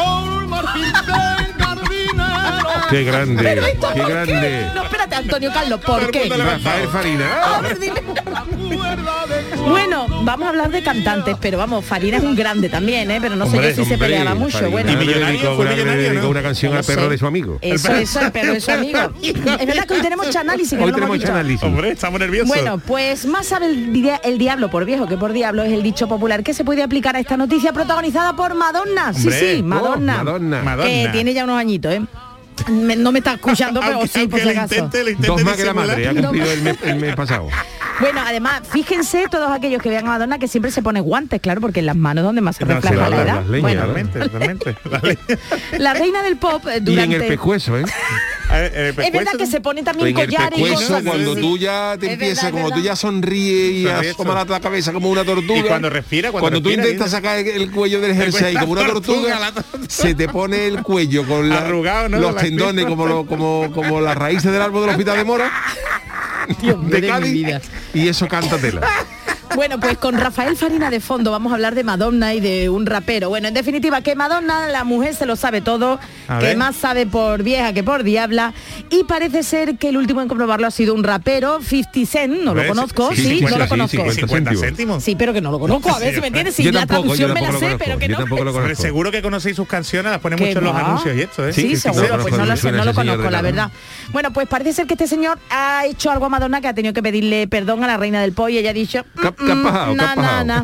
S10: Qué grande,
S4: Pero esto,
S10: qué
S4: ¿por
S10: grande.
S4: No, espérate, Antonio Carlos, ¿por qué?
S10: Rafael Farina.
S4: A ver, dime. Bueno, vamos a hablar de cantantes, pero vamos, Farina es un grande también, ¿eh? Pero no sé
S10: Hombre,
S4: yo si se
S10: hombre,
S4: peleaba mucho.
S10: Farina
S4: Bueno,
S3: Y
S10: le
S3: millonario,
S10: dedicó
S3: fue
S10: una, le
S3: millonario,
S10: dedicó
S3: ¿no?
S10: una canción
S4: No
S10: al perro
S4: sé.
S10: de su amigo.
S4: Eso, eso, el perro de su amigo. Es verdad que hoy tenemos chanálisis, que
S10: Hoy
S4: no lo hemos
S10: tenemos
S4: dicho.
S10: análisis.
S3: Hombre, estamos nerviosos.
S4: Bueno, pues más sabe el, dia- el diablo por viejo que por diablo es el dicho popular que se puede aplicar a esta noticia protagonizada por Madonna. Sí,
S3: Hombre.
S4: sí, Madonna.
S10: Oh, Madonna.
S3: Madonna.
S4: Que tiene ya unos añitos, ¿eh? Me- no me está escuchando, pero
S3: Aunque-
S4: sí, por
S3: aunque
S4: si
S3: lo
S4: acaso.
S3: intente, lo intente
S10: Dos más que la
S3: disimular.
S10: madre, ha cumplido el mes, el mes pasado.
S4: Bueno, además, fíjense todos aquellos que vean a Madonna que siempre se pone guantes, claro, porque en las manos es donde más se
S3: No,
S4: refleja
S3: se
S4: la
S3: va,
S4: edad.
S10: las leñas,
S4: Bueno,
S3: Totalmente, totalmente. Vale.
S4: la reina del pop eh,
S10: Y
S4: durante...
S10: en el pescuezo, ¿eh?
S3: A ver, el
S4: Es verdad
S3: pescuezo,
S4: que se pone también
S10: En el
S4: collares y
S10: pescuezo,
S4: cosas
S10: cuando
S4: así.
S10: tú ya te
S4: Es
S10: empiezas,
S4: verdad, es
S10: como tú
S4: verdad.
S10: ya sonríes y
S3: Sonríe,
S10: asomas la, la cabeza como una tortuga.
S3: Y cuando respira, cuando
S10: tú
S3: respira,
S10: intentas
S3: dice.
S10: sacar el, el cuello del jersey
S3: cuello
S10: como una
S3: la tortuga,
S10: tortuga,
S3: la tortuga.
S10: se te pone el cuello con la-
S3: Arrugado, ¿no?
S10: los
S3: La
S10: tendones
S3: espina.
S10: como, lo- como, como las raíces del árbol del Hospital de Mora.
S4: Dios mío,
S10: de
S4: de mi
S10: Cádiz,
S4: vida.
S10: y eso canta tela.
S4: Bueno, pues con Rafael Farina de fondo vamos a hablar de Madonna y de un rapero. Bueno, en definitiva, que Madonna, la mujer se lo sabe todo,
S3: A
S4: que
S3: ver.
S4: más sabe por vieja que por diabla, y parece ser que el último en comprobarlo ha sido un rapero, fifty Cent, no lo
S3: ¿Ves?
S4: conozco,
S3: Sí,
S4: sí,
S3: cincuenta,
S4: no lo
S10: sí,
S4: conozco.
S10: cincuenta.
S3: cincuenta
S10: céntimos.
S3: céntimos.
S4: Sí, pero que no lo conozco, a ver si me entiendes, si
S10: Yo
S4: la
S10: tampoco, yo
S4: traducción me la
S10: tampoco
S4: sé,
S10: lo
S4: pero
S10: conozco,
S4: que
S10: yo
S4: no.
S10: tampoco lo
S3: Hombre,
S10: conozco.
S3: seguro que conocéis sus canciones, las pone
S4: ¿Qué
S3: mucho en los
S4: va?
S3: anuncios y esto, ¿eh?
S4: Sí,
S10: Sí,
S4: seguro,
S10: claro,
S4: pues no lo sé,
S10: suena
S4: no lo
S10: ese señor
S4: conozco,
S10: de
S4: la
S10: la
S4: verdad. Bueno, pues parece ser que este señor ha hecho algo a Madonna que ha tenido que pedirle perdón a la reina del pop y ella ha dicho...
S10: ¿Qué ha- qué ha
S4: "Mm,
S10: pasado? ¿Qué ha
S4: na,
S10: pasado?".
S4: na, na.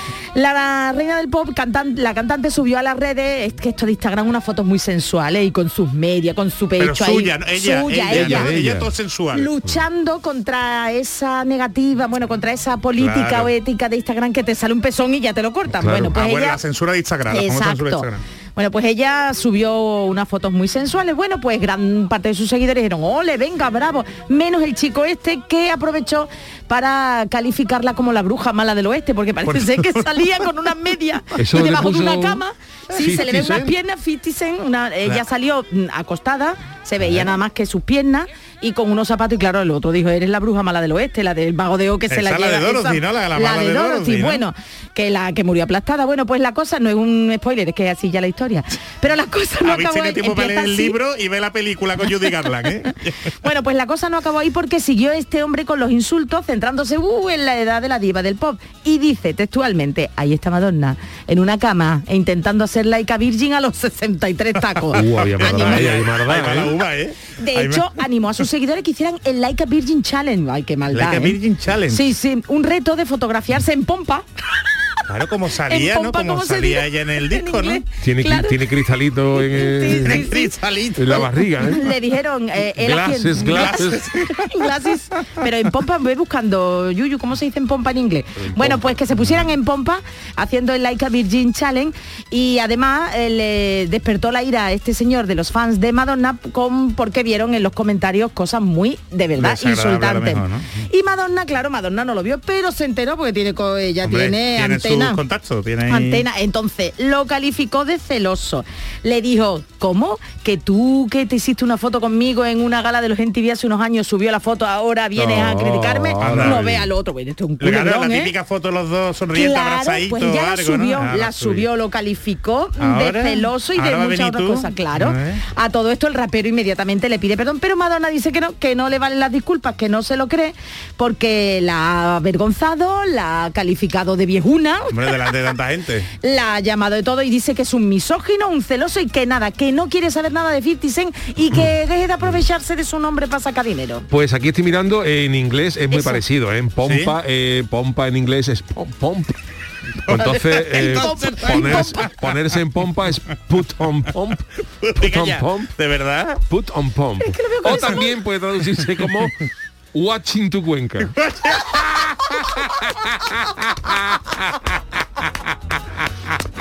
S4: La reina del pop, cantan, la cantante subió a las redes, es que esto de Instagram, unas fotos muy sensuales y con sus medias, con su pecho
S3: Pero
S4: ahí.
S3: suya, ¿no? ella,
S4: suya,
S3: ella,
S4: ella.
S3: ella,
S10: ella.
S3: todo sensual.
S4: Luchando contra esa negativa, bueno, contra esa política
S3: Claro.
S4: o ética de Instagram que te sale un pezón y ya te lo cortan.
S10: Claro.
S4: Bueno, pues
S3: Ah, bueno,
S4: ella...
S3: la censura de Instagram, la famosa censura de
S4: Exacto.
S3: Instagram.
S4: Bueno, pues ella subió unas fotos muy sensuales. Bueno, pues gran parte de sus seguidores dijeron, ole, venga, bravo. Menos el chico este que aprovechó para calificarla como la bruja mala del oeste, porque parece
S3: Por-
S4: ser que salía con unas medias
S10: Eso
S4: y
S10: le
S4: debajo de
S10: puso
S4: una cama. Sí, se le ven
S10: fifty
S4: unas
S10: Cent.
S4: piernas, fifty Cent, una, ella salió mm, acostada, se veía nada más que sus piernas y con unos zapatos, y claro, el otro dijo, eres la bruja mala del oeste, la del mago de O que se
S3: Esa
S4: la
S3: la
S4: lleva.
S3: de Dorothy, ¿no? La- la mala
S4: de
S3: de
S4: Dorothy,
S3: Dorothy, ¿no?
S4: bueno, que la que murió aplastada. Bueno, pues la cosa no es un spoiler, es que así ya la historia. Pero la cosa no
S3: Habéis
S4: acabó
S3: tenido
S4: ahí.
S3: tiempo para
S4: Empieza
S3: leer el
S4: así.
S3: libro y ver la película con Judy Garland, ¿eh?
S4: Bueno, pues la cosa no acabó ahí porque siguió este hombre con los insultos, centrándose uh, en la edad de la diva del pop. Y dice textualmente, ahí está Madonna, en una cama, e intentando hacer laica virgin a los sesenta y tres tacos.
S10: Uh, había maldad,
S4: Animó-
S10: ahí, hay maldad,
S3: Ahí va la
S10: ¿eh?
S3: uva, ¿eh?
S4: De
S3: Ahí
S4: hecho,
S3: va-
S4: animó a sus seguidores que hicieran el Like a Virgin Challenge. Ay, qué maldad.
S3: Like a
S4: ¿eh?
S3: Virgin Challenge.
S4: Sí, sí, un reto de fotografiarse en pompa.
S3: Claro, como salía,
S4: En
S3: ¿no?
S4: pompa,
S3: Como
S4: ¿cómo se
S3: salía
S4: dice?
S3: ella en el
S4: En
S3: disco, ¿no?
S4: inglés.
S10: Tiene, cri-
S4: Claro.
S10: tiene cristalito en, el-
S4: Sí, sí, sí.
S3: Cristalito.
S10: en la barriga, ¿eh?
S4: Le dijeron, eh, él
S10: Glasses,
S4: haciendo-
S10: glasses.
S4: Glasses. Pero en pompa, voy buscando, Yuyu, ¿cómo se dice en pompa en inglés? Bueno, pues que se pusieran en pompa haciendo el Like a Virgin Challenge y además eh, le despertó la ira a este señor de los fans de Madonna con porque vieron en los comentarios cosas muy, de verdad,
S3: Desagradable a lo
S4: insultantes.
S3: mejor, ¿no?
S4: Y Madonna, claro, Madonna no lo vio, pero se enteró porque tiene co- ella
S3: Hombre,
S4: tiene,
S3: tiene
S4: antena.
S3: sus contactos, tiene ahí-
S4: Antena. Entonces, lo calificó de celoso. Le dijo, ¿cómo? Que tú que te hiciste una foto conmigo en una gala de los M T V hace unos años, subió la foto, ahora vienes a
S10: No,
S4: criticarme.
S3: anda.
S4: No ve al otro. Bueno, esto es un
S3: Claro,
S4: culebrón,
S3: la
S4: ¿eh?
S3: típica foto los dos sonrientes,
S4: Claro,
S3: abrazaditos
S4: pues ya
S3: o
S4: la
S3: algo, ¿no?
S4: subió,
S3: Ah,
S4: la subió, lo calificó
S3: Ahora,
S4: de celoso y de
S3: ahora va a
S4: muchas
S3: venir
S4: otras
S3: tú.
S4: cosas, claro.
S3: A ver.
S4: A todo esto el rapero inmediatamente le pide perdón, pero Madonna dice que no, que no le valen las disculpas, que no se lo cree, porque la ha avergonzado, la ha calificado de viejuna,
S3: Hombre, delante de tanta gente.
S4: la ha llamado de todo y dice que es un misógino, un celoso y que nada, que no quiere saber nada de fifty Cent y que deje de aprovecharse de su nombre para sacar dinero.
S10: Pues aquí estoy mirando, en inglés es muy
S4: Eso.
S10: parecido, ¿eh? En pompa,
S3: ¿Sí?
S10: eh, pompa en inglés es pom, pomp. Entonces, eh,
S3: Entonces,
S10: ponerse, ponerse en pompa es put on pomp, put
S3: Venga
S10: on
S3: ya,
S10: pomp,
S3: ¿de verdad?
S10: put on pomp.
S4: lo veo con
S10: O
S4: esa
S10: también puede traducirse como watching tu cuenca.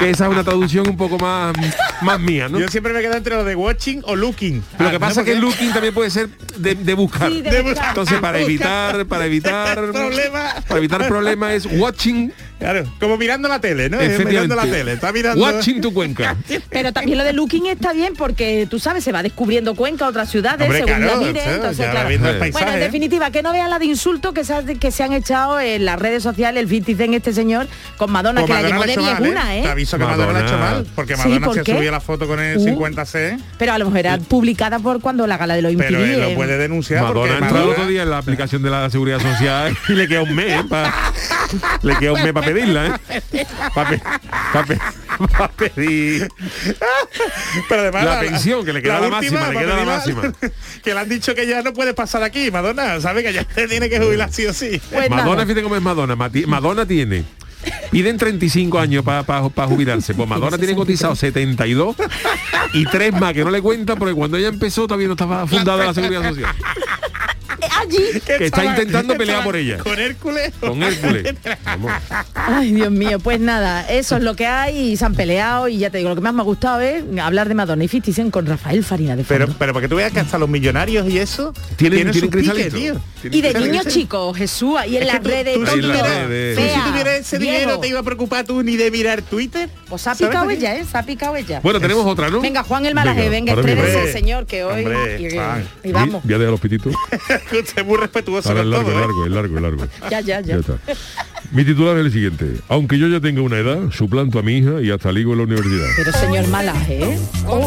S10: que esa es una traducción un poco más, más mía, ¿no?
S3: Yo siempre me quedo entre lo de watching o looking.
S10: Lo
S3: Ah,
S10: que pasa
S3: ¿no?
S10: es que
S3: Porque-
S10: looking también puede ser de, de buscar.
S4: Sí, de buscar.
S10: Entonces, para evitar, para evitar
S3: Problema.
S10: para evitar problemas es watching,
S3: Claro, como mirando la tele, ¿no? Eh, Mirando la tele. Está mirando.
S10: watching tu Cuenca.
S4: Pero también lo de looking está bien porque tú sabes, se va descubriendo Cuenca, otras ciudades,
S3: Hombre,
S4: según
S3: claro,
S4: la mire,
S3: claro,
S4: entonces
S3: ya va
S4: claro.
S3: viendo el
S10: Bueno,
S3: paisaje.
S4: Bueno, en definitiva, que no vean la de insultos que se, ha- que se han echado en las redes sociales, el fifty Cent este señor, con Madonna,
S3: Pues
S4: que la
S3: Madonna
S4: llamó
S3: la ha
S4: de
S3: hecho
S4: diez
S3: mal,
S4: una,
S3: ¿eh? Te
S4: ¿eh?
S3: aviso que Madonna, la ha hecho
S10: Madonna.
S3: mal, porque
S4: Sí,
S3: Madonna
S4: ¿por
S3: se
S4: qué?
S3: subió la foto con el
S4: Uh.
S3: cincuenta C,
S4: Pero a lo mejor era publicada por cuando la gala de los
S3: pero
S4: impidí.
S3: él lo
S4: ¿eh?
S3: puede denunciar
S10: Madonna
S3: porque
S10: ha entrado el
S3: Madonna-
S10: otro día en la aplicación de la Seguridad Social y le queda un mes, ¿eh? Pa- le queda un mes para pedirla, ¿eh? Para pedir
S3: Pero además
S10: la pensión, que le queda la máxima, le
S3: para
S10: queda la
S3: pedir
S10: máxima.
S3: Que le han dicho que ya no puede pasar aquí, Madonna, ¿sabe? Que ya se tiene que jubilar sí o sí.
S4: Pues
S10: Madonna,
S4: nada.
S10: fíjate cómo es Madonna. Mati- Madonna tiene. Piden treinta y cinco años para pa, pa jubilarse. Pues Madonna tiene cotizado setenta y dos y tres más que no le cuentan porque cuando ella empezó todavía no estaba fundada la Seguridad Social.
S4: Allí.
S10: Que está intentando pelear
S3: estaba
S10: por ella.
S3: Con Hércules.
S10: Con Hércules. Vamos.
S4: Ay, Dios mío, pues nada, eso es lo que hay y se han peleado y ya te digo, lo que más me ha gustado es hablar de Madonna y fifty Cent con Rafael Farina de fondo.
S3: Pero, pero para que tú veas que hasta los millonarios y eso
S10: Tienen- tienen
S3: sus piques,
S10: cristalito.
S3: tío.
S10: Tienen
S4: y de
S10: cristalito.
S4: niños chicos, Jesús, ahí en
S3: Es que
S4: las
S3: tú-
S4: redes,
S3: tú si
S4: tonto,
S10: tuvieras-
S3: tuvieras-
S10: tú
S3: tú
S4: fea,
S3: si tuvieras ese
S4: viejo.
S3: dinero te iba a preocupar tú ni de mirar Twitter.
S4: Pues se ha
S3: ¿Sabes
S4: picado
S3: por qué?
S4: ella, ¿eh? Se ha picado ella.
S10: Bueno, tenemos otra, ¿no?
S4: Venga, Juan el Malaje, venga,
S10: para mí,
S4: estrénese,
S3: hombre.
S4: señor, que hoy...
S3: Hombre,
S4: y,
S3: Juan.
S4: y vamos.
S10: Voy a dejar los pititos.
S3: Usted es muy respetuoso
S10: Ahora
S3: con
S10: es largo,
S3: todo,
S10: es
S3: ¿eh?
S10: largo, es largo, es largo.
S4: Ya, ya, ya.
S10: Ya está. Mi titular es el siguiente. Aunque yo ya tenga una edad, suplanto a mi hija y hasta ligo en la universidad.
S4: Pero señor Malaje, ¿eh?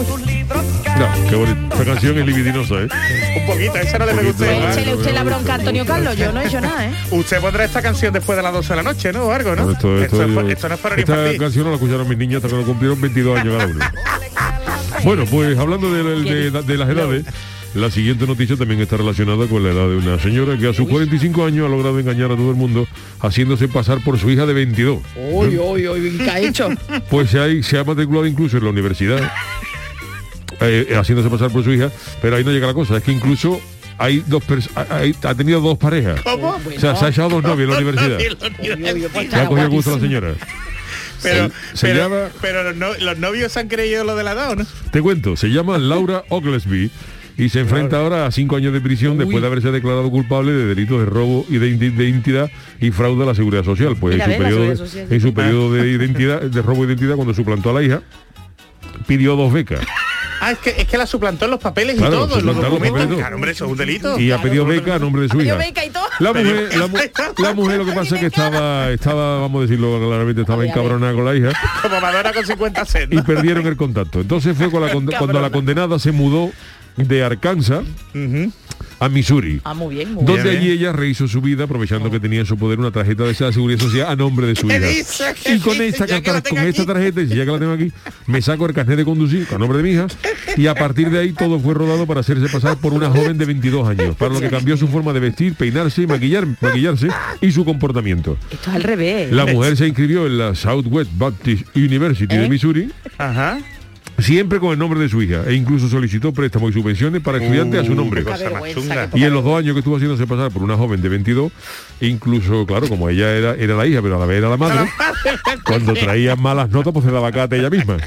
S10: No, qué bonito. Esta canción es libidinosa, ¿eh?
S3: Un poquito, esa no le pegó
S10: Un poquito.
S3: usted.
S4: Pues
S3: ¿eh?
S4: échele usted la bronca a Antonio Carlos, yo no he hecho nada, ¿eh?
S3: Usted pondrá esta canción después de las doce de la noche, ¿no? O algo, ¿no?
S10: Esto, esto,
S3: esto,
S10: yo-
S3: es- esto no es para
S10: esta
S3: infantil.
S10: canción no la escucharon mis niñas hasta que lo cumplieron veintidós años cada uno. Bueno, pues hablando de, de- de- de las edades, la siguiente noticia también está relacionada con la edad de una señora que a sus cuarenta y cinco años ha logrado engañar a todo el mundo haciéndose pasar por su hija de veintidós.
S4: Uy, uy, uy, ¿qué ha hecho?
S10: Pues se ha, se ha matriculado incluso en la universidad, eh, haciéndose pasar por su hija, pero ahí no llega la cosa, es que incluso hay dos pers- hay- ha tenido dos parejas.
S3: ¿Cómo?
S10: O sea, se ha echado dos novios en la universidad.
S4: Uy, uy, pues
S10: Se ha
S4: está
S10: cogido gusto a la
S4: guapísimo.
S10: señora.
S3: Pero,
S10: Se
S3: pero,
S10: llama-
S3: pero los, no- los novios se han creído lo de la edad, ¿o no?
S10: Te cuento, se llama Laura Oglesby y se enfrenta ahora a cinco años de prisión después de haberse declarado culpable de delitos de robo y de, identi- de identidad y fraude a la seguridad social. Pues
S4: Mira,
S10: en su
S4: ve, la
S10: periodo,
S4: Seguridad Social.
S10: en su periodo de identidad, de robo de identidad, cuando suplantó a la hija, pidió dos becas.
S3: Ah, es que, es que la suplantó en los papeles
S10: Claro,
S3: y todo, en los
S10: suplantar los
S3: documentos.
S10: papeles y todo.
S3: Claro, hombre, eso es un delito.
S10: Y ha pedido beca a nombre de su
S4: Pidió
S10: hija.
S4: beca y todo.
S10: La mujer, la, mu- la mujer lo que pasa es que estaba, estaba, vamos a decirlo claramente, estaba
S4: A ver, a ver.
S10: encabronada con la hija
S3: Como Madonna con cincuenta cent.
S10: y perdieron el contacto. Entonces fue con la conde- cuando la condenada se mudó de Arkansas a Missouri.
S4: Ah, muy bien, muy
S10: Donde
S3: bien,
S10: allí
S3: bien.
S10: ella rehizo su vida aprovechando que tenía en su poder una tarjeta de esa seguridad social a nombre de su
S3: ¿Qué
S10: hija.
S3: dice? ¿Qué
S10: Y con
S3: dice?
S10: esta,
S3: Ya que la
S10: carta-
S3: tengo
S10: con esta
S3: aquí.
S10: tarjeta, y ya que la tengo aquí, me saco el carnet de conducir con nombre de mi hija y a partir de ahí todo fue rodado para hacerse pasar por una joven de veintidós años, para lo que cambió su forma de vestir, peinarse y maquillar, maquillarse y su comportamiento.
S4: Esto es al revés.
S10: La mujer se inscribió en la Southwest Baptist University de
S4: ¿Eh?
S10: Missouri,
S3: Ajá.
S10: siempre con el nombre de su hija, e incluso solicitó préstamos y subvenciones para estudiantes a su nombre.
S3: qué cosa
S4: Poca
S3: más
S4: vergüenza,
S3: chunga.
S4: qué poca
S10: Y en los dos años que estuvo haciéndose pasar por una joven de veintidós, incluso, claro, como ella era, era la hija, pero a la vez era la madre, cuando traía malas notas, pues se daba cate ella misma.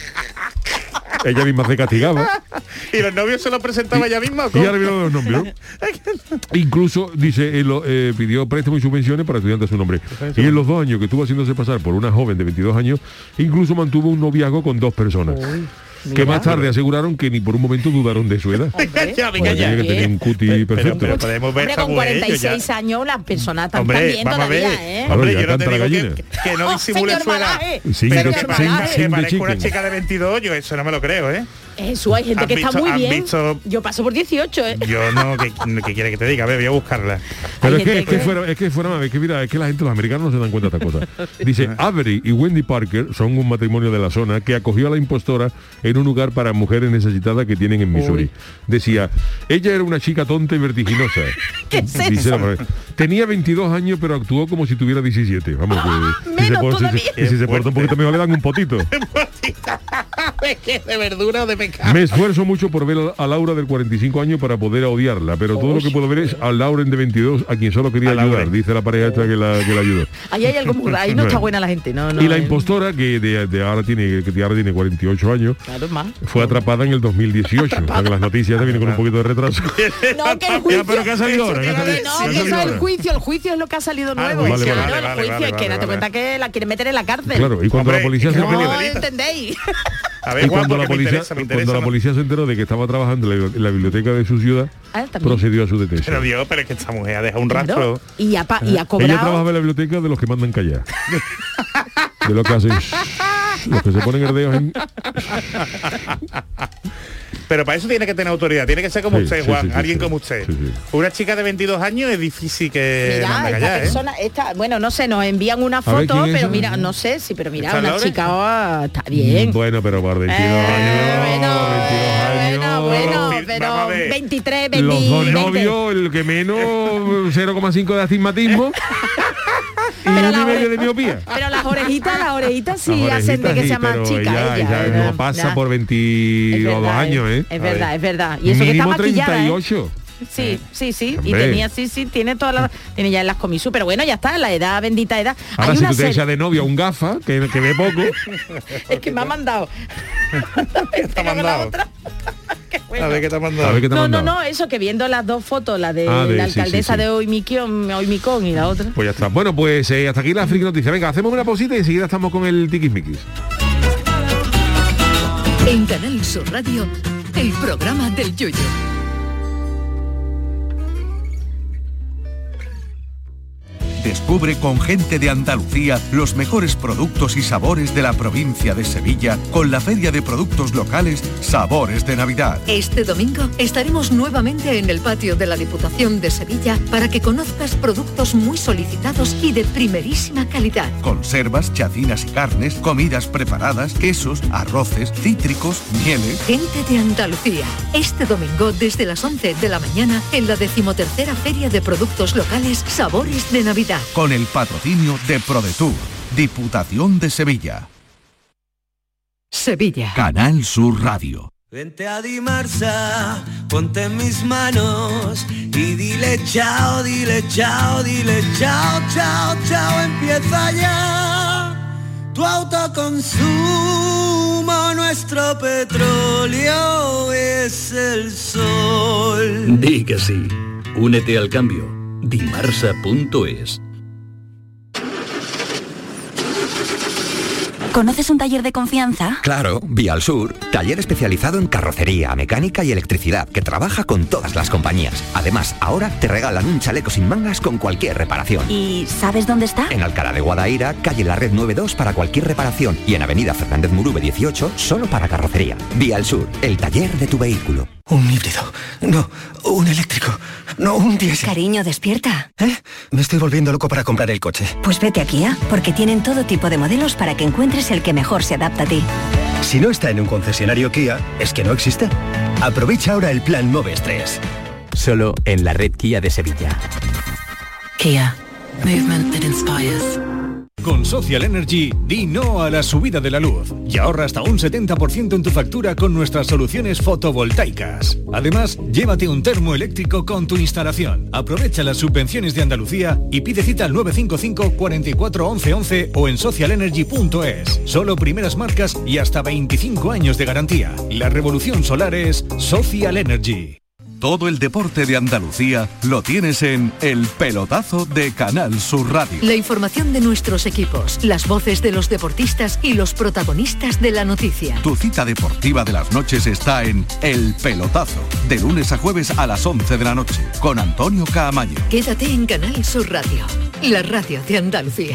S10: Ella misma se castigaba.
S3: ¿Y los novios se lo presentaba ella misma o
S10: Y
S3: cómo?
S10: ahora vieron los nombres, ¿no? Incluso, dice, él lo- eh, pidió préstamos y subvenciones para estudiantes a su nombre. Y en los dos años que estuvo haciéndose pasar por una joven de veintidós años, incluso mantuvo un noviazgo con dos personas. Que
S4: mira.
S10: más tarde aseguraron que ni por un momento dudaron de su edad.
S4: Hombre,
S3: Ya, venga,
S10: Porque
S3: ya.
S10: tenía que tener un cuti
S3: Pero,
S10: perfecto.
S3: pero podemos ver
S4: Hombre, con
S3: Samuel,
S4: cuarenta y
S3: yo ya-
S4: seis años las personas están
S3: Hombre,
S4: también
S3: vamos a ver.
S4: todavía, ¿eh?
S10: Claro,
S3: Hombre,
S10: ya
S3: yo no te
S10: canta la
S3: digo
S10: gallina.
S3: que, que no
S4: Oh,
S3: disimule
S4: señor
S3: su edad.
S4: Malaje.
S10: Sin
S3: Pero
S10: de-
S3: que
S10: sin-
S3: parezca,
S10: sin
S3: que
S10: de
S3: parezca una
S10: chicken.
S3: chica de veintidós, yo eso no me lo creo, ¿eh?
S4: Eso hay gente
S3: ¿Has
S4: que está
S3: visto-
S4: muy
S3: has
S4: bien.
S3: visto-
S4: Yo paso por dieciocho, ¿eh?
S3: Yo no, ¿qué, qué quiere que te diga? A ver, voy a buscarla.
S10: Pero
S4: Hay
S10: es que,
S4: gente
S10: es que
S4: que-
S10: fuera, es que fuera más, es que mira, es que la gente, los americanos no se dan cuenta de estas cosas. Dice, Avery y Wendy Parker son un matrimonio de la zona que acogió a la impostora en un lugar para mujeres necesitadas que tienen en Missouri. Decía, ella era una chica tonta y vertiginosa.
S4: ¿Qué es
S10: Dice
S4: eso?
S10: la mujer, Tenía veintidós años, pero actuó como si tuviera diecisiete. Vamos, que,
S4: menos
S10: si se, por-
S4: todavía.
S10: si, si se porta un poquito mejor le dan un potito.
S3: ¿De verdura o de pescado?
S10: Me esfuerzo mucho por ver a Laura del cuarenta y cinco años para poder odiarla, pero todo lo que puedo ver es a Lauren de veintidós, a quien solo quería
S3: A
S10: ayudar,
S3: Lauren.
S10: dice la pareja esta que la, que la ayudó.
S4: Ahí hay algo muy raro, ahí no está buena la gente, no, no.
S10: Y la
S4: eh.
S10: impostora, que de, de ahora tiene que de ahora tiene cuarenta y ocho años,
S4: Claro, más.
S10: fue atrapada en el dos mil dieciocho. O sea, que las noticias te vienen con un poquito de retraso.
S4: No, que el
S10: Ya,
S4: juicio...
S10: pero ¿qué ha salido ahora? ¿Qué ha
S4: Que
S10: salido?
S4: no,
S10: ¿Qué ha
S4: que
S10: salido
S4: eso es el
S10: ahora?
S4: juicio, el juicio es lo que ha salido
S3: Ah, el
S4: nuevo.
S10: juicio,
S4: Claro,
S3: vale,
S4: el
S3: vale,
S4: juicio
S3: vale,
S4: es que
S3: vale,
S4: date
S3: vale.
S4: cuenta que la quieren meter en la cárcel.
S10: Claro, y cuando
S3: Hombre,
S10: la policía se
S3: no,
S10: enteró,
S4: No,
S3: delito.
S4: ¿entendéis?
S3: A ver,
S10: y
S3: Juan,
S10: cuando la
S3: porque me
S10: policía,
S3: interesa, me interesa.
S10: cuando la
S3: ¿no?
S10: policía se enteró de que estaba trabajando en la, en la biblioteca de su ciudad,
S4: Ah, también.
S10: procedió a su detención.
S3: Pero Dios, pero es que esta mujer ha dejado un rastro.
S4: Claro. Y ha, pa- y ha
S10: Ella
S4: cobrado...
S10: trabajaba en la biblioteca de los que mandan callar. De los que hacen... Los que se ponen herdeos en...
S3: Pero para eso tiene que tener autoridad, tiene que ser como
S10: Sí,
S3: usted,
S10: sí,
S3: Juan,
S10: sí, sí,
S3: alguien
S10: sí.
S3: como usted.
S10: Sí, sí.
S3: Una chica de veintidós años es difícil que
S4: Mira,
S3: manda
S4: esta
S3: callar, ¿eh?
S4: persona, esta, bueno, no sé, nos envían una
S10: A ver,
S4: foto,
S10: ¿quién es
S4: pero
S10: esa?
S4: mira, no sé, sí, pero mira,
S3: ¿Esta
S4: una
S3: Laura?
S4: chica ah, está bien.
S10: Bueno, pero por veintidós
S4: Eh,
S10: años...
S4: bueno,
S10: por veintidós años...
S4: bueno, bueno,
S3: Vamos
S4: pero
S3: a ver.
S4: veintitrés, veinte,
S10: Los dos
S4: veinte.
S10: novios, el que menos cero coma cinco de astigmatismo y
S4: Pero
S10: un
S4: la
S10: y medio
S4: ore-
S10: de miopía.
S4: Pero las orejitas, las orejitas sí
S10: Las
S4: hacen de
S10: orejitas
S4: que
S10: sí,
S4: sea más
S10: pero
S4: chica
S10: ella,
S4: ella.
S10: ella
S4: ¿eh?
S10: no pasa
S4: Ya.
S10: por
S4: Es
S10: veintidós
S4: verdad,
S10: años, ¿eh?
S4: Es
S10: A
S4: verdad,
S10: ver.
S4: es verdad. Y eso que está
S10: Mínimo
S4: maquillada,
S10: treinta y
S4: ¿eh?
S10: ocho.
S4: Sí, sí, sí. Y
S10: Hombre.
S4: tenía, sí, sí, tiene toda la... Tiene ya en las comisú, pero bueno, ya está, la edad, bendita edad.
S10: Ahora,
S4: Hay
S10: si
S4: una
S10: tú te
S4: serie-
S10: echas de novia un gafa, que, que ve poco,
S4: Es que me ha mandado.
S3: ¿Qué te ha
S4: Tengo la
S3: mandado?
S4: otra. Qué bueno.
S3: A ver qué te ha mandado.
S10: a ver qué te ha
S4: No, no,
S10: mandado.
S4: no, eso que viendo las dos fotos, la de
S10: Ah, de-
S4: la
S10: sí, sí,
S4: alcaldesa
S10: sí.
S4: de Oymicón, Oymicón y la otra.
S10: Pues ya está. Bueno, pues eh, hasta aquí la friki noticia. Venga, hacemos una pausita y enseguida estamos con el tiquismiquis.
S8: En Canal Sur Radio, el programa del Yoyo.
S1: Descubre con gente de Andalucía los mejores productos y sabores de la provincia de Sevilla con la Feria de Productos Locales Sabores de Navidad.
S8: Este domingo estaremos nuevamente en el patio de la Diputación de Sevilla para que conozcas productos muy solicitados y de primerísima calidad.
S1: Conservas, chacinas y carnes, comidas preparadas, quesos, arroces, cítricos, mieles.
S8: Gente de Andalucía, este domingo desde las once de la mañana en la decimotercera Feria de Productos Locales Sabores de Navidad.
S1: Con el patrocinio de ProDetour, Diputación de Sevilla.
S8: Sevilla.
S1: Canal Sur Radio.
S5: Vente a Dimarsa, ponte en mis manos y dile chao, dile chao, dile chao, chao, chao, empieza ya tu autoconsumo, nuestro petróleo es el sol.
S11: Di que sí. Únete al cambio. Dimarsa punto es.
S12: ¿Conoces un taller de confianza?
S13: Claro, Vial Sur, taller especializado en carrocería, mecánica y electricidad, que trabaja con todas las compañías. Además, ahora te regalan un chaleco sin mangas con cualquier reparación.
S12: ¿Y sabes dónde está?
S13: En Alcalá de Guadaira, calle La Red noventa y dos para cualquier reparación y en avenida Fernández Murube dieciocho, solo para carrocería. Vial Sur, el taller de tu vehículo.
S14: Un híbrido. No, un eléctrico. No, un diésel.
S12: Cariño, despierta.
S14: ¿Eh? Me estoy volviendo loco para comprar el coche.
S12: Pues vete a Kia, porque tienen todo tipo de modelos para que encuentres el que mejor se adapta a ti.
S14: Si no está en un concesionario Kia, es que no existe. Aprovecha ahora el plan Moves tres.
S15: Solo en la red Kia de Sevilla.
S8: Kia. Movement that inspires.
S16: Con Social Energy, di no a la subida de la luz y ahorra hasta un setenta por ciento en tu factura con nuestras soluciones fotovoltaicas. Además, llévate un termo eléctrico con tu instalación. Aprovecha las subvenciones de Andalucía y pide cita al nueve cinco cinco, cuatro cuatro, once once o en social energy punto es. Solo primeras marcas y hasta veinticinco años de garantía. La revolución solar es Social Energy.
S1: Todo el deporte de Andalucía lo tienes en El Pelotazo de Canal Sur Radio.
S8: La información de nuestros equipos, las voces de los deportistas y los protagonistas de la noticia.
S1: Tu cita deportiva de las noches está en El Pelotazo, de lunes a jueves a las once de la noche, con Antonio Caamaño.
S8: Quédate en Canal Sur Radio, la radio de Andalucía.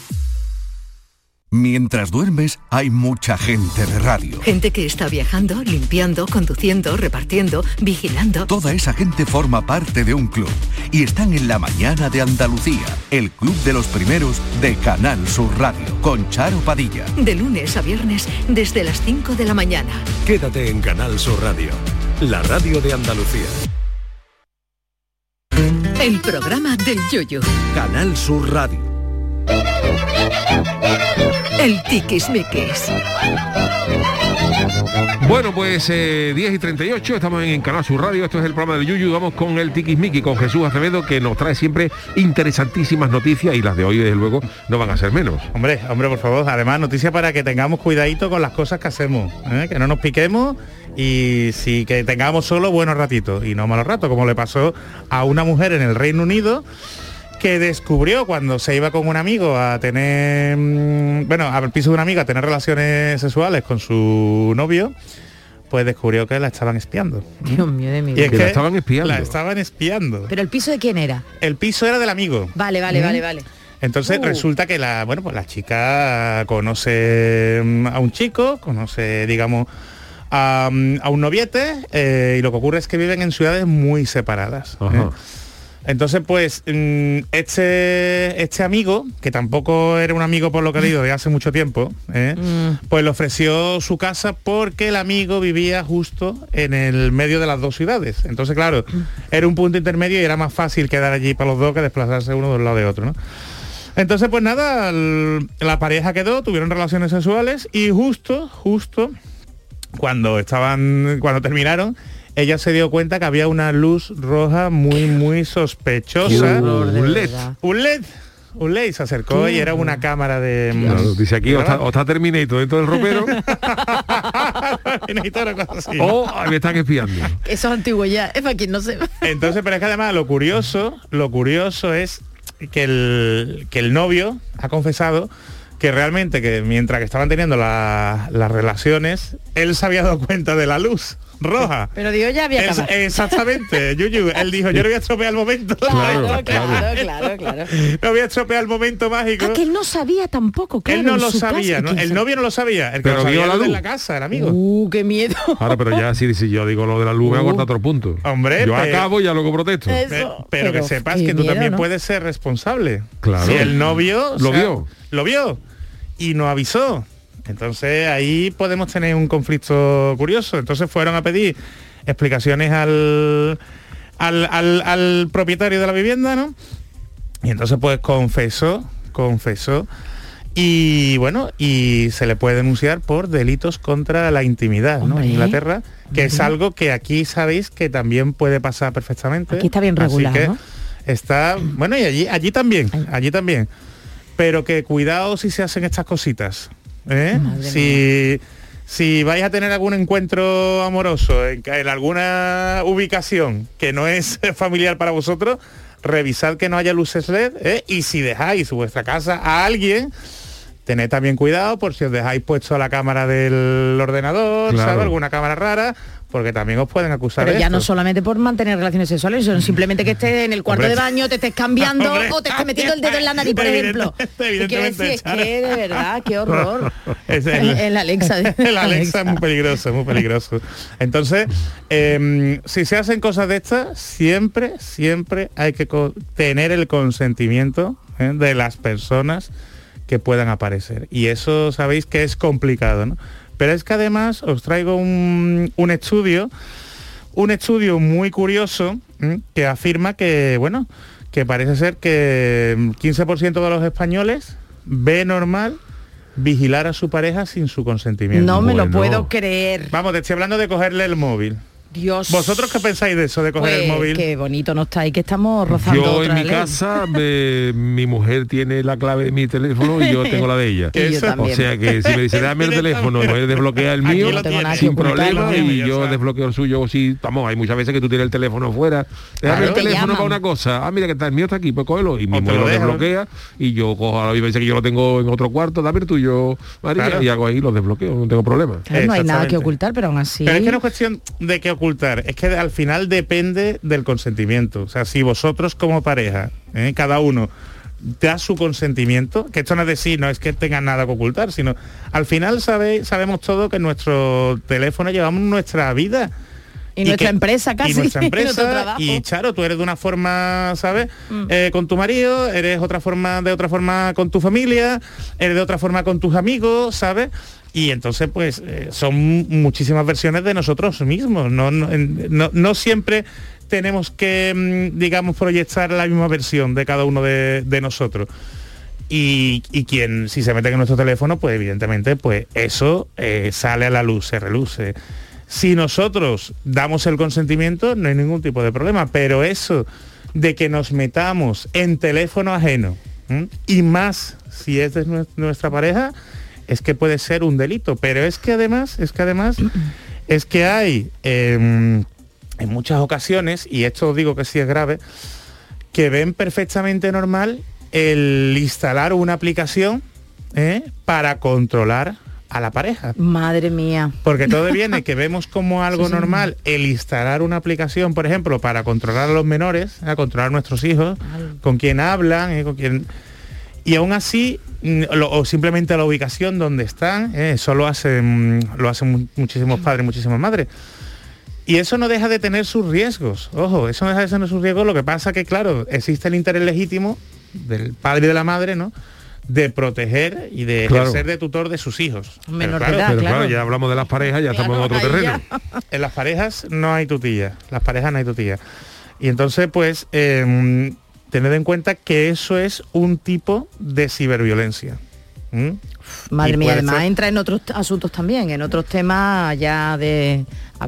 S1: Mientras duermes, hay mucha gente de radio.
S8: Gente que está viajando, limpiando, conduciendo, repartiendo, vigilando.
S1: Toda esa gente forma parte de un club y están en la mañana de Andalucía, el club de los primeros de Canal Sur Radio, con Charo Padilla.
S8: De lunes a viernes, desde las cinco de la mañana.
S6: Quédate en Canal Sur Radio, la radio de Andalucía.
S8: El programa del Yoyo.
S6: Canal Sur Radio.
S8: El tiquismiquis.
S10: Bueno, pues eh, diez y treinta y ocho, estamos en Canal Sur Radio, esto es el programa del Yuyu, vamos con el Tiquismiqui, con Jesús Acevedo, que nos trae siempre interesantísimas noticias y las de hoy, desde luego, no van a ser menos.
S3: Hombre, hombre, por favor, además noticias para que tengamos cuidadito con las cosas que hacemos, ¿eh? Que no nos piquemos y sí que tengamos solo buenos ratitos y no malos ratos, como le pasó a una mujer en el Reino Unido, que descubrió cuando se iba con un amigo a tener, bueno, al piso de una amiga a tener relaciones sexuales con su novio, pues descubrió que la estaban espiando.
S4: Dios mío de mi
S3: Y
S4: vida.
S3: es
S10: Que
S3: que
S10: la estaban espiando.
S3: La estaban espiando.
S4: ¿Pero el piso de quién era?
S3: El piso era del amigo.
S4: Vale, vale,
S3: ¿Mm?
S4: vale, vale.
S3: Entonces
S4: Uh.
S3: resulta que la, bueno, pues la chica conoce mm, a un chico, conoce, digamos, a, mm, a un noviete, eh, y lo que ocurre es que viven en ciudades muy separadas. ¿eh?
S10: Ajá.
S3: Entonces, pues, mm, este, este amigo, que tampoco era un amigo por lo que he leído de hace mucho tiempo, ¿eh?
S4: Mm.
S3: pues le ofreció su casa porque el amigo vivía justo en el medio de las dos ciudades. Entonces, claro, era un punto intermedio y era más fácil quedar allí para los dos que desplazarse uno de un lado de otro, ¿no? Entonces, pues nada, el- la pareja quedó, tuvieron relaciones sexuales y justo, justo, cuando estaban, cuando terminaron, ella se dio cuenta que había una luz roja muy, muy sospechosa.
S10: Un L E D.
S3: Un L E D. Un L E D. Se acercó y era una cámara de...
S10: Claro, dice aquí, o está, o está Terminator dentro del ropero,
S3: Terminator o cosas así.
S10: o me están espiando.
S4: Eso es antiguo ya, es para quien no sepa.
S3: Entonces, pero es que además lo curioso, lo curioso es que el, que el novio ha confesado que realmente que mientras que estaban teniendo la- las relaciones, él se había dado cuenta de la luz roja.
S4: Pero digo, ya había
S3: Es-
S4: acabado.
S3: exactamente, Yuyu, él dijo, yo no voy a estropear el momento.
S4: Claro,
S10: Claro,
S4: claro, claro, claro.
S3: No voy a estropear el momento mágico.
S4: Ah, que él no sabía tampoco, claro.
S3: Él no
S4: en
S3: lo
S4: su
S3: sabía,
S4: casa.
S3: ¿no?
S4: ¿Quién
S3: El
S4: sabe?
S3: novio no lo sabía, el que
S10: Pero
S3: lo sabía
S10: vio la
S3: era de
S10: luz.
S3: la casa, el amigo.
S4: Uh, qué miedo.
S10: Ahora, pero ya si, si yo digo lo de la luz, me voy a
S4: Uh.
S10: cortar otro punto.
S3: Hombre,
S10: yo
S3: pero-
S10: acabo y ya luego protesto.
S4: Eso.
S3: Pe- Pero, que
S4: Pero
S3: sepas
S4: qué
S3: que tú
S4: miedo,
S3: también
S4: ¿no?
S3: puedes ser responsable.
S10: Claro.
S3: Si el novio o
S10: Lo
S3: sea,
S10: vio.
S3: Lo vio y no avisó. Entonces ahí podemos tener un conflicto curioso. Entonces fueron a pedir explicaciones al, al, al- al propietario de la vivienda, ¿no? Y entonces pues confesó, confesó. Y bueno, y se le puede denunciar por delitos contra la intimidad, ¿no?
S4: Hombre.
S3: En Inglaterra, que es algo que aquí sabéis que también puede pasar perfectamente.
S4: Aquí está bien
S3: Así
S4: regulado,
S3: que
S4: ¿no?
S3: está, bueno, y allí, allí también, allí también. Pero que cuidado si se hacen estas cositas. ¿eh?
S4: Madre
S3: Si, si vais a tener algún encuentro amoroso en, en alguna ubicación que no es familiar para vosotros, revisad que no haya luces L E D, ¿eh? Y si dejáis vuestra casa a alguien, tened también cuidado por si os dejáis puesto la cámara del ordenador,
S10: Claro.
S3: ¿sabes? Alguna cámara rara, porque también os pueden acusar
S4: Pero
S3: de
S4: ya
S3: esto.
S4: no solamente por mantener relaciones sexuales, sino simplemente que estés en el cuarto
S3: Hombre.
S4: de baño, te estés cambiando
S3: Hombre.
S4: o te estés metiendo el dedo en la nariz, por ejemplo.
S3: Evidentemente,
S4: ¿Qué quiero decir? Es
S3: Charo.
S4: que de verdad, qué horror.
S3: Es
S4: El, el Alexa.
S3: El Alexa es muy peligroso, muy peligroso. Entonces, eh, si se hacen cosas de estas, siempre, siempre hay que co- tener el consentimiento, ¿eh? de las personas que puedan aparecer. Y eso sabéis que es complicado, ¿no? Pero es que además os traigo un, un estudio, un estudio muy curioso, ¿eh? que afirma que, bueno, que parece ser que quince por ciento de los españoles ve normal vigilar a su pareja sin su consentimiento.
S4: No me lo
S10: Bueno.
S4: puedo creer.
S3: Vamos, te estoy hablando de cogerle el móvil.
S4: Dios.
S3: ¿Vosotros qué pensáis de eso, de coger
S4: Pues,
S3: el móvil?
S4: qué bonito no está ahí, que estamos rozando
S10: Yo
S4: otra
S10: en mi
S4: ley.
S10: casa, me- mi mujer tiene la clave de mi teléfono y yo tengo la de ella.
S4: Y yo
S3: Eso-
S4: también.
S10: O sea que si me dice dame el teléfono, mi mujer desbloquea el
S3: Aquí
S10: mío
S3: lo
S4: tengo nada que
S10: sin
S4: ocultar,
S10: problema
S3: lo
S10: y
S3: mismo, ya
S10: yo
S3: sabes.
S10: desbloqueo el suyo. Si, vamos, hay muchas veces que tú tienes el teléfono fuera. Déjame
S4: Claro,
S10: el
S4: te
S10: teléfono
S4: llaman.
S10: para una cosa. Ah, mira que está, el mío está aquí, pues cógelo. Y mi
S3: O te
S10: mujer
S3: lo
S10: lo
S3: deja, ¿no?
S10: desbloquea y yo cojo a la vivencia que yo lo tengo en otro cuarto, dame el tuyo, María,
S3: Claro.
S10: y hago ahí, los desbloqueo, no tengo problema.
S4: Claro, no hay nada que
S3: Exactamente.
S4: ocultar, pero aún así.
S3: Pero es que no es cuestión de qué ocultar, es que al final depende del consentimiento. O sea, si vosotros como pareja, ¿eh? cada uno da su consentimiento, que esto no es decir, no es que tengan nada que ocultar, sino al final sabe, sabemos todo que en nuestro teléfono llevamos nuestra vida.
S4: Y nuestra
S3: que-
S4: empresa casi,
S3: Y nuestra
S4: y nuestro
S3: empresa,
S4: trabajo.
S3: y Charo, tú eres de una forma, ¿sabes?
S4: Mm.
S3: Eh, con tu marido, eres otra forma, de otra forma con tu familia, eres de otra forma con tus amigos, ¿sabes? Y entonces, pues, eh, son muchísimas versiones de nosotros mismos. No, no, en- no, no siempre tenemos que, digamos, proyectar la misma versión de cada uno de, de nosotros. Y, y quien, si se mete en nuestro teléfono, pues evidentemente, pues eso eh, sale a la luz, se reluce. Si nosotros damos el consentimiento, no hay ningún tipo de problema, pero eso de que nos metamos en teléfono ajeno, ¿m? y más si es de nuestra pareja, es que puede ser un delito. Pero es que además, es que además, es que hay eh, en muchas ocasiones, y esto digo que sí es grave, que ven perfectamente normal el instalar una aplicación ¿eh? para controlar a la pareja.
S4: Madre mía.
S3: Porque todo viene que vemos como algo
S4: sí, sí.
S3: normal el instalar una aplicación, por ejemplo, para controlar a los menores, a controlar a nuestros hijos, Ay. con quién hablan, ¿eh? con quién... Y aún así, lo, o simplemente la ubicación donde están, ¿eh? eso lo hacen, lo hacen muchísimos padres, muchísimas madres. Y eso no deja de tener sus riesgos. Ojo, eso no deja de tener sus riesgos. Lo que pasa que, claro, existe el interés legítimo del padre y de la madre, ¿no?, de proteger y de
S10: claro.
S3: ejercer de tutor de sus hijos.
S4: Menor
S3: pero, claro,
S4: de edad,
S10: pero
S4: claro.
S10: claro, ya hablamos de las parejas, ya estamos en otro terreno.
S3: En las parejas no hay tutilla. Las parejas no hay tutilla. Y entonces, pues, eh, tened en cuenta que eso es un tipo de ciberviolencia. ¿Mm?
S4: Madre
S3: Y
S4: mía,
S3: puede
S4: además
S3: ser-
S4: entra en otros asuntos también, en otros temas ya de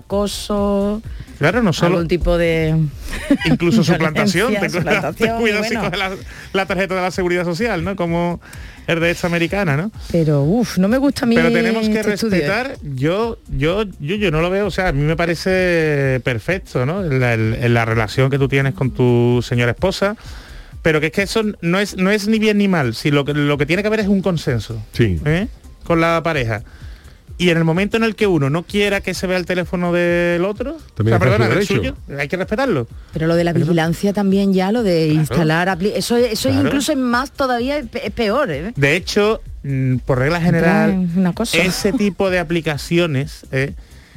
S4: acoso,
S3: Claro, no solo...
S4: algún tipo de...
S3: Incluso
S4: violencia,
S3: suplantación. Te,
S4: suplantación,
S3: te cuidan si
S4: bueno.
S3: coges la, la tarjeta de la Seguridad Social, ¿no? Como el de esta americana, ¿no?
S4: Pero, uff, no me gusta a mí
S3: Pero tenemos que
S4: este estudio, ¿eh?
S3: respetar, yo, yo, yo, yo no lo veo, o sea, a mí me parece perfecto, ¿no? La, el- la relación que tú tienes con tu señora esposa, pero que es que eso no es, no es ni bien ni mal, si lo que, lo que tiene que haber es un consenso,
S10: Sí.
S3: ¿eh? Con la pareja. Y en el momento en el que uno no quiera que se vea el teléfono del otro,
S10: También
S3: o sea,
S10: está
S3: perdona,
S10: su
S3: del
S10: derecho.
S3: suyo, hay que respetarlo.
S4: Pero lo de la vigilancia también ya, lo de
S3: Claro.
S4: instalar... apli- Eso, eso
S3: Claro.
S4: incluso es más todavía, es pe- es peor, ¿eh?
S3: De hecho, mm, por regla general,
S4: Entra en una cosa.
S3: ese tipo de aplicaciones, eh,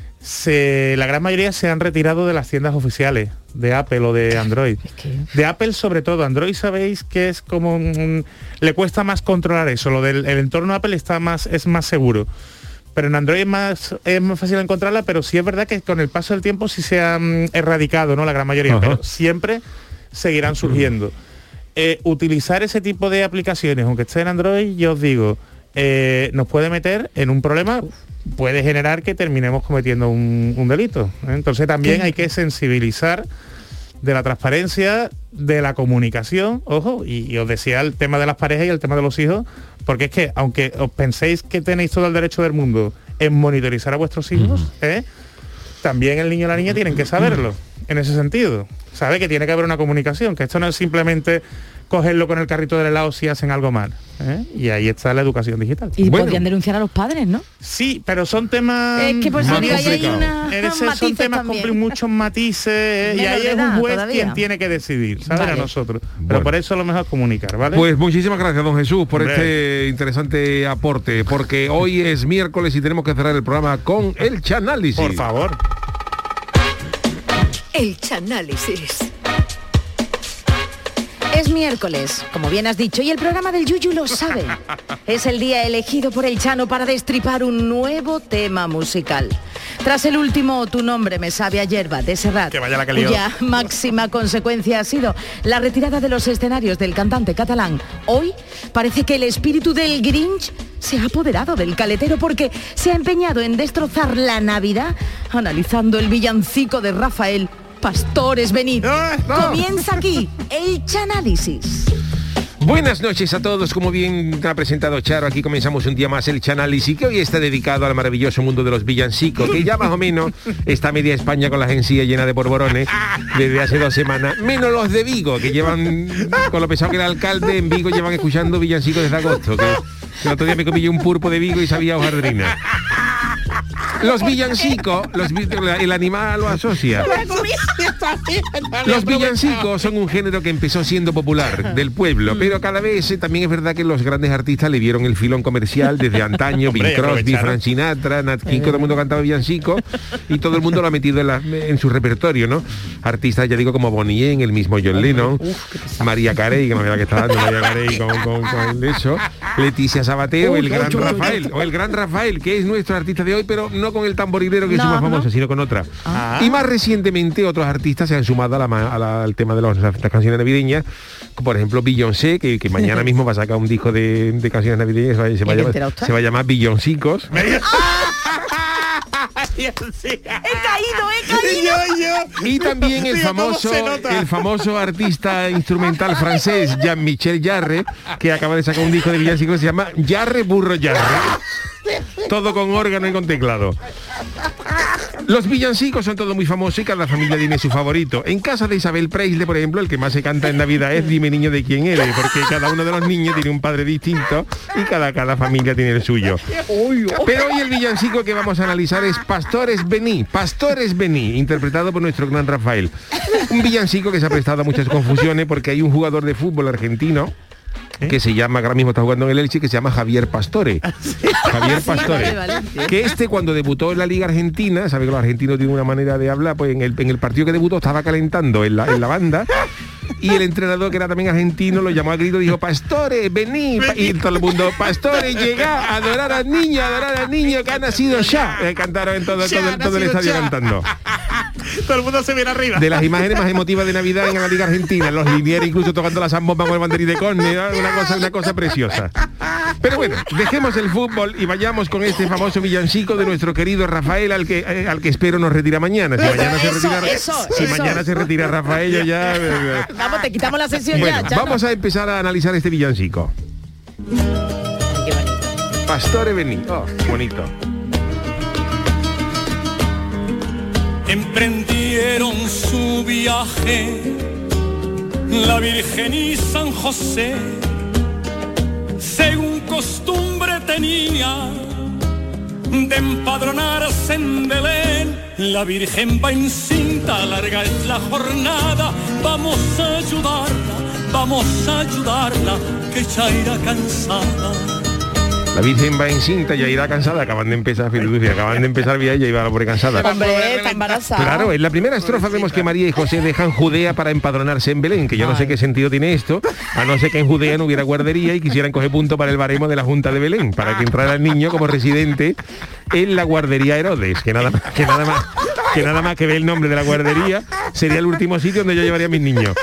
S3: se, la gran mayoría se han retirado de las tiendas oficiales de Apple o de Android. De Apple sobre todo. Android sabéis que es como un- le cuesta más controlar eso. Lo del el entorno Apple está más, es más seguro. Pero en Android es más, es más fácil encontrarla, pero sí es verdad que con el paso del tiempo sí se han erradicado, ¿no? La gran mayoría,
S10: Ajá.
S3: pero siempre seguirán surgiendo. Eh, utilizar ese tipo de aplicaciones, aunque esté en Android, yo os digo, eh, nos puede meter en un problema, puede generar que terminemos cometiendo un, un delito. ¿eh? Entonces también hay que sensibilizar de la transparencia, de la comunicación, ojo, y, y os decía el tema de las parejas y el tema de los hijos, porque es que aunque os penséis que tenéis todo el derecho del mundo en monitorizar a vuestros hijos, ¿eh? también el niño y la niña tienen que saberlo, en ese sentido. Sabe que tiene que haber una comunicación, que esto no es simplemente cogerlo con el carrito del helado si hacen algo mal. ¿eh? Y ahí está la educación digital.
S4: Y podrían denunciar a los padres, ¿no?
S3: Sí, pero son temas...
S4: Es que por eso
S3: más
S4: digo, ahí hay
S3: complicados.
S4: una-
S3: En ese son
S4: matices
S3: temas
S4: también.
S3: con muchos matices, ¿eh? y
S4: Menor
S3: ahí
S4: de
S3: es un
S4: edad
S3: juez
S4: todavía.
S3: quien tiene que decidir, ¿sabes?
S4: Vale.
S3: A nosotros. Pero
S10: Bueno.
S3: por eso lo mejor es comunicar, ¿vale?
S10: Pues muchísimas gracias, don Jesús, por
S3: Hombre.
S10: este interesante aporte, porque hoy es miércoles y tenemos que cerrar el programa con el Chanálisis.
S3: Por favor.
S8: El Chanálisis.
S4: Es miércoles, como bien has dicho, y el programa del Yuyu lo sabe. Es el día elegido por el Chano para destripar un nuevo tema musical. Tras el último Tu nombre me sabe a hierba de Serrat,
S3: Que vaya la que lió.
S4: cuya máxima consecuencia ha sido la retirada de los escenarios del cantante catalán, hoy parece que el espíritu del Grinch se ha apoderado del caletero porque se ha empeñado en destrozar la Navidad analizando el villancico de Rafael, Pastores venid. Comienza aquí el Chanálisis.
S10: Buenas noches a todos, como bien ha presentado Charo, aquí comenzamos un día más el Chanálisis, que hoy está dedicado al maravilloso mundo de los villancicos, que ya más o menos está media España con la agencia llena de borborones desde hace dos semanas, menos los de Vigo, que llevan, con lo pesado que era el alcalde, en Vigo llevan escuchando villancicos desde agosto, que el otro día me comí yo un pulpo de Vigo y sabía hojaldrina. Los villancicos, los, vi- el animal lo asocia. Los villancicos son un género que empezó siendo popular del pueblo, pero cada vez eh, también es verdad que los grandes artistas le dieron el filón comercial desde antaño. Bing
S3: Hombre,
S10: Crosby,
S3: aprovecharon.
S10: Frank Sinatra, Nat King, todo el mundo cantaba villancicos y todo el mundo lo ha metido en, la- en su repertorio, ¿no? Artistas, ya digo, como Bonnie M, el mismo John Lennon, María Carey, que no me da que está dando María Carey con, con, con eso, Leticia Sabater o el gran Rafael, o el gran Rafael, que es nuestro artista de hoy, pero no con el tamborilero que es
S4: No,
S10: su más
S4: no.
S10: famoso, sino con otra.
S3: Ah.
S10: Y más recientemente otros artistas se han sumado a la, ma- a la- al tema de los- las, las canciones navideñas, por ejemplo Beyoncé, que, que mañana mismo va a sacar un disco de, de canciones navideñas, se va, se va a llamar, se va a llamar Beyoncicos.
S4: He caído, he caído.
S3: Yo, yo.
S10: Y también el
S3: Mira cómo
S10: famoso,
S3: se nota.
S10: el famoso artista instrumental francés Jean-Michel Jarre, que acaba de sacar un disco de villancicos que se llama Jarre Burro Jarre. Todo con órgano y con teclado. Los villancicos son todos muy famosos y cada familia tiene su favorito. En casa de Isabel Preisler, por ejemplo, el que más se canta en Navidad es Dime niño de quién eres, porque cada uno de los niños tiene un padre distinto y cada, cada familia tiene el suyo. Pero hoy el villancico que vamos a analizar es Pastores Vení, Pastores Vení, interpretado por nuestro gran Rafael. Un villancico que se ha prestado a muchas confusiones porque hay un jugador de fútbol argentino que se llama, que ahora mismo está jugando en el Elche, que se llama Javier Pastore. Javier Pastore.
S4: vale, vale.
S10: Que este, cuando debutó en la Liga Argentina, sabe que los argentinos tienen una manera de hablar, pues en el, en el partido que debutó estaba calentando en la, en la banda. Y el entrenador, que era también argentino, lo llamó a grito y dijo: Pastore, vení. Pa- Y todo el mundo: Pastore, llega a adorar al niño, a adorar al niño que ha nacido ya. Eh, cantaron en todo,
S3: Ya,
S10: todo,
S3: ha
S10: todo el
S3: nacido
S10: estadio
S3: ya.
S10: cantando.
S3: Todo el mundo se viene arriba.
S10: De las imágenes más emotivas de Navidad en la Liga Argentina, los linieros incluso tocando la zambomba con el banderín de córner, ¿no? una cosa, una cosa preciosa. Pero bueno, dejemos el fútbol y vayamos con este famoso villancico de nuestro querido Rafael, al que eh, al que espero nos retira mañana. Si mañana se
S4: Eso,
S10: retira,
S4: eso,
S10: si
S4: eso.
S10: mañana se retira Rafael, yo ya. eh,
S4: Vamos, te quitamos la sesión
S10: Bueno,
S4: ya, Chano.
S10: vamos a empezar a analizar este villancico. Pastore Vení. Oh, bonito.
S17: Emprendieron su viaje la Virgen y San José, según costumbre tenía de empadronarse en Belén. La Virgen va encinta, larga es la jornada, vamos a ayudarla, vamos a ayudarla, que ya irá cansada.
S10: La Virgen va encinta, ya irá cansada, acaban de empezar, fíjate, acaban de empezar ya iba por cansada.
S4: Hombre, está embarazada.
S10: Claro, en la primera estrofa vemos que María y José dejan Judea para empadronarse en Belén, que yo no sé qué sentido tiene esto, a no ser que en Judea no hubiera guardería y quisieran coger punto para el baremo de la Junta de Belén, para que entrara el niño como residente en la guardería Herodes, que nada más que nada más que nada más que ve el nombre de la guardería, sería el último sitio donde yo llevaría a mis niños.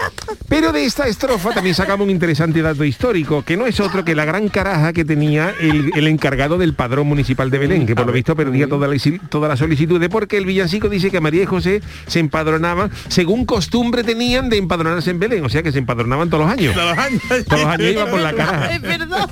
S10: Pero de esta estrofa también sacamos un interesante dato histórico, que no es otro que la gran caraja que tenía el, el encargado del padrón municipal de Belén, que por lo visto perdía toda la, toda la solicitud, porque el villancico dice que María y José se empadronaban según costumbre tenían de empadronarse en Belén, o sea que se empadronaban todos los años.
S3: Todos los años.
S10: Todos los años iban por la caraja.
S4: Es verdad.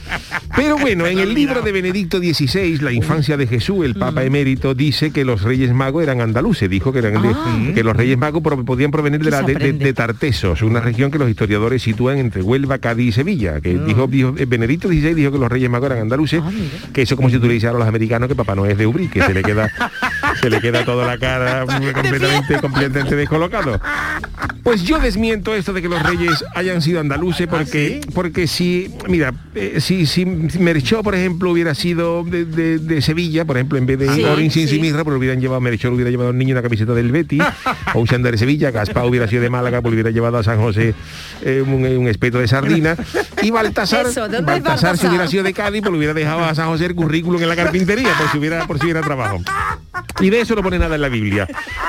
S10: Pero bueno, en el libro de Benedicto dieciséis, La infancia de Jesús, el Papa emérito dice que los Reyes Magos eran andaluces, dijo que eran de-
S4: Ah.
S10: que los Reyes Magos pro- podían provenir de, la, de, de- de Tartesos, una región que los historiadores sitúan entre Huelva, Cádiz y Sevilla, que dijo, dijo eh, Benedicto dieciséis dijo que los Reyes Magos eran andaluces, que eso como si tú le dijeras a los americanos que Papá Noel es de Ubrí, que se le queda se le queda toda la cara completamente completamente descolocado. Pues yo desmiento esto de que los Reyes hayan sido andaluces porque porque si mira, eh, si si Melchor, por ejemplo, hubiera sido de, de- de Sevilla, por ejemplo, en vez de
S4: Sí,
S10: Orin sin
S4: sí.
S10: Mirra, pero hubieran llevado Melchor hubiera llevado a un niño una camiseta del Betis o un chándal de Sevilla, Gaspar hubiera sido de Málaga, pues hubiera llevado a San José eh, un, un espeto de sardina y Baltasar
S4: Eso, ¿dónde es
S10: Baltasar si
S4: Baltasar?
S10: hubiera sido de Cádiz, pues le hubiera dejado a San José el currículum en la carpintería por si hubiera por si hubiera trabajo. Y de eso no pone nada en la Biblia.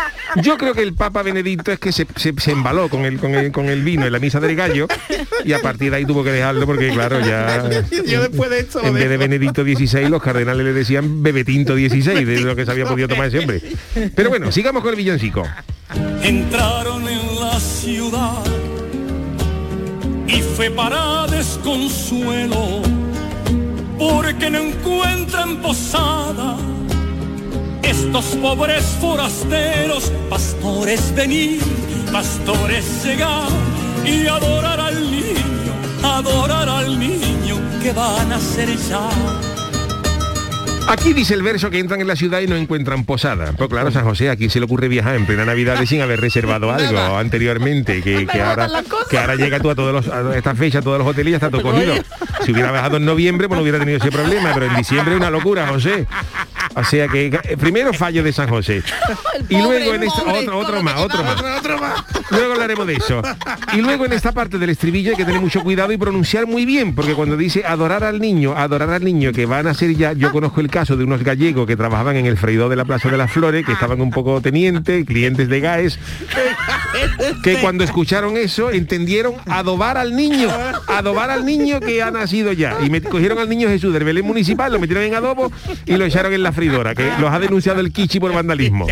S10: Yo creo que el Papa Benedicto es que se, se, se embaló con el, con, el, con el vino en la misa del gallo y a partir de ahí tuvo que dejarlo porque claro, ya
S3: Yo después de esto lo
S10: en vez de
S3: dejo.
S10: Benedicto dieciséis los cardenales le decían Bebetinto dieciséis, de lo que se había podido tomar ese hombre. Pero bueno, sigamos con el villancico.
S17: Entraron en la ciudad y fue para desconsuelo porque no encuentran posada estos pobres forasteros. Pastores venid, pastores llegad y adorar al niño, adorar al niño que van a ser ya.
S10: Aquí dice el verso que entran en la ciudad y no encuentran posada. Pues claro, San José, aquí se le ocurre viajar en plena Navidad sin haber reservado algo anteriormente, que, que ahora que ahora llega tú a todos los a esta fecha, a todos los hoteles y ya está todo cogido. Si hubiera bajado en noviembre, pues no hubiera tenido ese problema, pero en diciembre es una locura, José. O sea que eh, primero fallo de San José. Y luego en esta, otro, otro más, otro más.
S3: Otro más.
S10: Luego hablaremos de eso. Y luego en esta parte del estribillo hay que tener mucho cuidado y pronunciar muy bien, porque cuando dice adorar al niño, adorar al niño, que van a ser ya, yo conozco el caso de unos gallegos que trabajaban en el freidor de la Plaza de las Flores, que estaban un poco tenientes, clientes de GAES, que cuando escucharon eso entendieron adobar al niño, adobar al niño que ha nacido ya. Y me cogieron al niño Jesús del Belén Municipal, lo metieron en adobo y lo echaron en la freidora, que los ha denunciado el Kichi por vandalismo.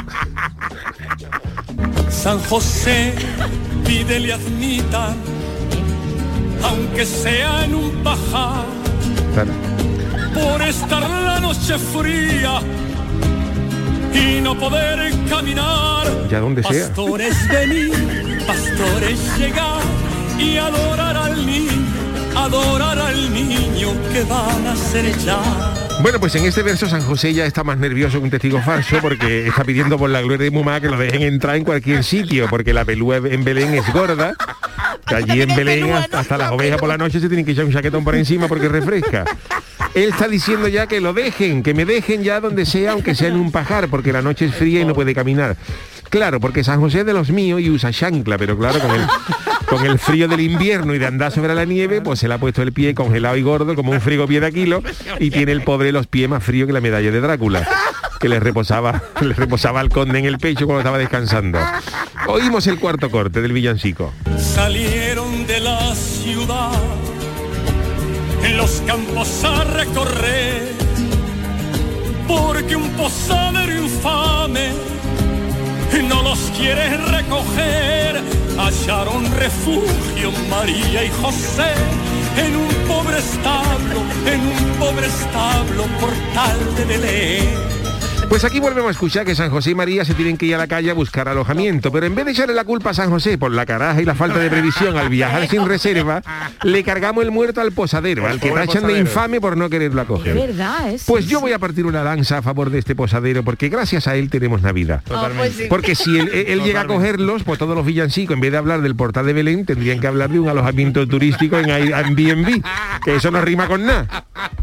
S17: San José, pídele admitan, aunque sea en un pajar,
S10: Claro.
S17: por estar la noche fría y no poder caminar.
S10: Ya donde sea.
S17: Pastores venir, pastores llegar y adorar al niño, adorar al niño que van a ser ya.
S10: Bueno, pues en este verso San José ya está más nervioso que un testigo falso, porque está pidiendo por la gloria de mamá que lo dejen entrar en cualquier sitio, porque la pelúa en Belén es gorda, que allí en Belén hasta, hasta las ovejas por la noche se tienen que echar un chaquetón por encima porque refresca. Él está diciendo ya que lo dejen, que me dejen ya donde sea, aunque sea en un pajar, porque la noche es fría y no puede caminar. Claro, porque San José es de los míos y usa chancla, pero claro, con el, con el frío del invierno y de andar sobre la nieve, pues se le ha puesto el pie congelado y gordo como un frigopié de kilo, y tiene el pobre los pies más fríos que la medalla de Drácula, que le reposaba, le reposaba al conde en el pecho cuando estaba descansando. Oímos el cuarto corte del villancico.
S17: Salieron de la ciudad en los campos a recorrer, porque un posadero infame no los quiere recoger. Hallaron refugio María y José en un pobre establo, en un pobre establo portal de Belén.
S10: Pues aquí volvemos a escuchar que San José y María se tienen que ir a la calle a buscar alojamiento, pero en vez de echarle la culpa a San José por la caraja y la falta de previsión al viajar sin reserva, le cargamos el muerto al posadero, al que tachan de infame por no quererlo acoger.
S4: Es verdad, es.
S10: Pues yo voy a partir una lanza a favor de este posadero, porque gracias a él tenemos Navidad.
S4: Oh, pues sí.
S10: Porque si él, él llega a cogerlos, pues todos los villancicos, en vez de hablar del portal de Belén, tendrían que hablar de un alojamiento turístico en Airbnb, que eso no rima con nada.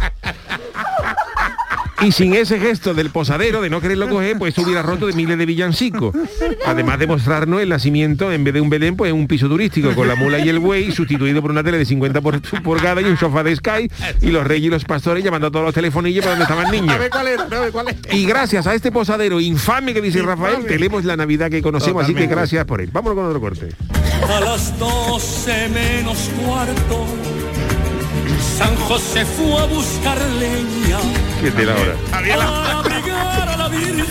S10: Y sin ese gesto del posadero de no quererlo coger, pues esto hubiera roto de miles de villancicos. Además de mostrarnos el nacimiento, en vez de un Belén, pues un piso turístico con la mula y el buey, sustituido por una tele de cincuenta pulgadas y un sofá de Sky, y los reyes y los pastores llamando a todos los telefonillos para donde estaban niños. Y gracias a este posadero infame que dice Rafael, tenemos la Navidad que conocemos. Totalmente. Así que gracias por él. Vámonos con otro corte.
S17: A las doce menos cuarto San José fue a buscar leña
S10: ¿Qué te la hora?
S17: para abrigar a la Virgen,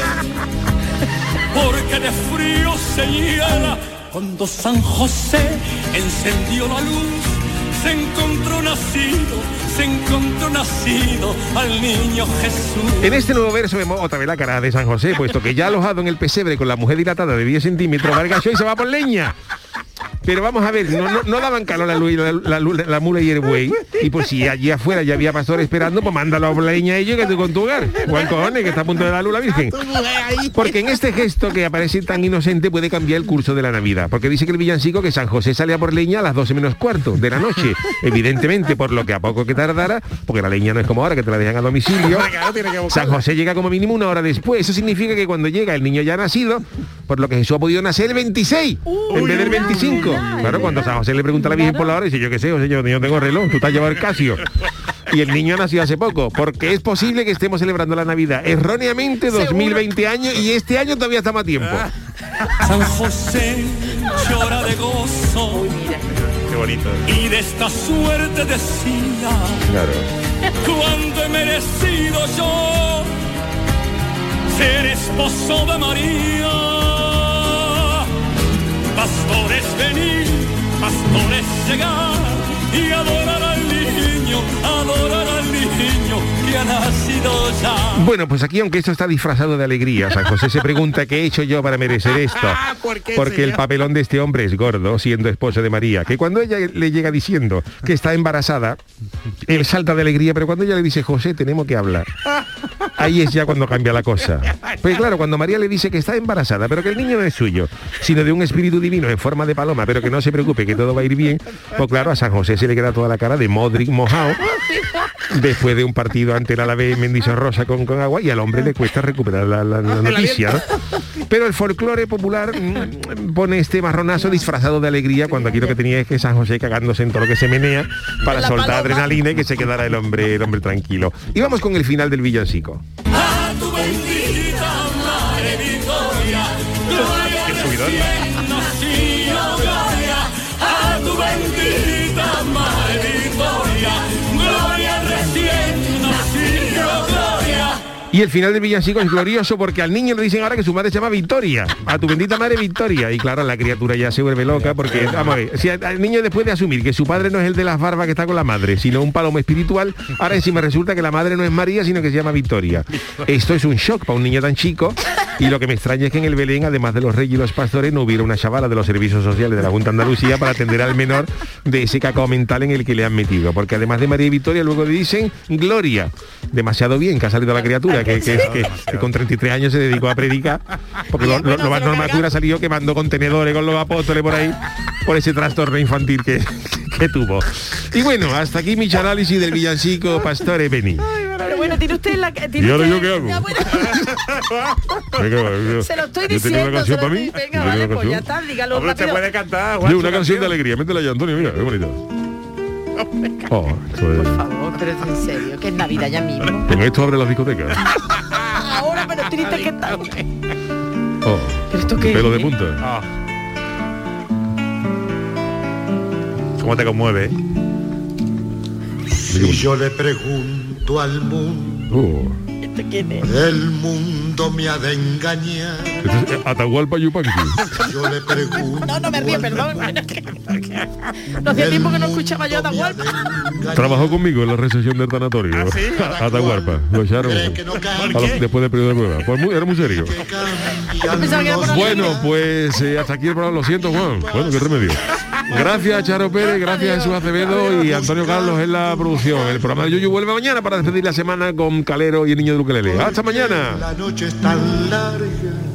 S17: porque de frío se hiela. Cuando San José encendió la luz, se encontró nacido, se encontró nacido al niño Jesús.
S10: En este nuevo verso vemos otra vez la cara de San José, puesto que ya alojado en el pesebre con la mujer dilatada de diez centímetros, va al gacho y se va por leña. Pero vamos a ver, no, no, no daban calor la, la, la, la, la mula y el buey, y pues si allí afuera ya había pastor esperando, pues mándalo a la leña a ellos que tú con tu hogar, Juan cojones, que está a punto de la luz la Virgen. Porque en este gesto que aparece tan inocente puede cambiar el curso de la Navidad, porque dice que el villancico que San José salía por leña a las doce menos cuarto de la noche, evidentemente por lo que a poco que tardara, porque la leña no es como ahora que te la dejan a domicilio, San José llega como mínimo una hora después. Eso significa que cuando llega el niño ya ha nacido, por lo que Jesús ha podido nacer el veintiséis en vez del veinticinco. Claro, cuando San José le pregunta a la Virgen por la hora, dice, yo qué sé, señor, yo no tengo reloj, tú te has llevado el Casio. Y el niño ha nacido hace poco, porque es posible que estemos celebrando la Navidad erróneamente dos mil veinte años, y este año todavía estamos a tiempo.
S17: San José llora de gozo.
S3: Qué bonito.
S17: Y de esta suerte decía,
S10: claro,
S17: cuando he merecido yo ser esposo de María. Pastores venir, pastores llegar y adorar al niño, adorar al niño que ha nacido ya.
S10: Bueno, pues aquí, aunque esto está disfrazado de alegría, San José se pregunta qué he hecho yo para merecer esto.
S3: ¿Por qué,
S10: Porque
S3: señor?
S10: el papelón de este hombre es gordo, siendo esposo de María, que cuando ella le llega diciendo que está embarazada, él salta de alegría, pero cuando ella le dice, José, tenemos que hablar, ahí es ya cuando cambia la cosa. Pues claro, cuando María le dice que está embarazada, pero que el niño no es suyo, sino de un espíritu divino en forma de paloma, pero que no se preocupe, que todo va a ir bien, pues claro, a San José se le queda toda la cara de Modric mojado, después de un partido ante el Alavés en Mendizorroza con, con agua, y al hombre le cuesta recuperar la, la, la noticia, ¿no? Pero el folclore popular mmm, pone este marronazo disfrazado de alegría, cuando aquí lo que tenía es que San José cagándose en todo lo que se menea para soltar paloma. Adrenalina y que se quedara el hombre, el hombre tranquilo. Y vamos con el final del villancico.
S17: A tu bendita madre Victoria, gloria recién nacido, gloria. A tu bendita madre Victoria, gloria recién nacido, gloria.
S10: Y el final del villancico es glorioso porque al niño le dicen ahora que su madre se llama Victoria, a tu bendita madre Victoria. Y claro, la criatura ya se vuelve loca porque, vamos a ver, si al niño después de asumir que su padre no es el de las barbas que está con la madre, sino un palomo espiritual, ahora encima resulta que la madre no es María, sino que se llama Victoria. Esto es un shock para un niño tan chico. Y lo que me extraña es que en el Belén, además de los reyes y los pastores, no hubiera una chavala de los servicios sociales de la Junta de Andalucía para atender al menor de ese cacao mental en el que le han metido. Porque además de María y Victoria, luego le dicen Gloria. Demasiado bien que ha salido la criatura, que, que, que, que con treinta y tres años se dedicó a predicar. Porque lo, lo, lo más normal que hubiera salido quemando contenedores con los apóstoles por ahí, por ese trastorno infantil que, que, que tuvo. Y bueno, hasta aquí mi análisis del villancico Pastore Beni.
S4: Pero bueno, tiene usted la... Tiene
S10: ¿Y ahora
S4: usted,
S10: yo qué hago?
S4: Ya, bueno.
S10: Venga,
S4: se lo estoy
S10: ¿yo
S4: diciendo.
S10: una canción
S4: se lo
S10: para
S4: estoy,
S10: mí?
S4: venga, vale, pues ya está, dígalo
S3: Hombre, te
S4: rápido.
S3: puede cantar,
S10: Yo, una canción de alegría, métela ya, Antonio, mira, qué bonita. Oh, esto es...
S4: Por favor, pero es en serio, que es Navidad ya mismo.
S10: Con esto abre las discotecas.
S4: Ahora, pero triste que está.
S10: Oh,
S4: ¿Pero esto qué
S10: pelo de
S4: es?
S10: punta.
S3: Oh. ¿Cómo te conmueve? ¿eh?
S18: Si yo le pregunto al mundo,
S10: Oh.
S4: ¿Este quién es?
S18: el mundo me ha de engañar.
S10: Este es Atahualpa Yupanqui.
S18: Yo le pregunto.
S4: No, no me ríe, perdón. No hacía tiempo que no escuchaba yo a Atahualpa.
S10: Trabajó conmigo en la recepción del tanatorio.
S3: ¿Ah, sí?
S10: Atahualpa. Lo echaron a los- después del periodo de prueba. Pues muy, era muy serio.
S4: Yo pensaba que era por la
S10: Bueno,
S4: Navidad.
S10: pues eh, hasta aquí el programa. Lo siento, Juan. Bueno, qué remedio. Gracias, Charo Pérez. Gracias, Jesús Acevedo y Antonio Carlos en la producción. El programa de Yuyu vuelve mañana para despedir la semana con Calero y el niño de Ukelele. Hasta mañana.
S18: La noche es tan larga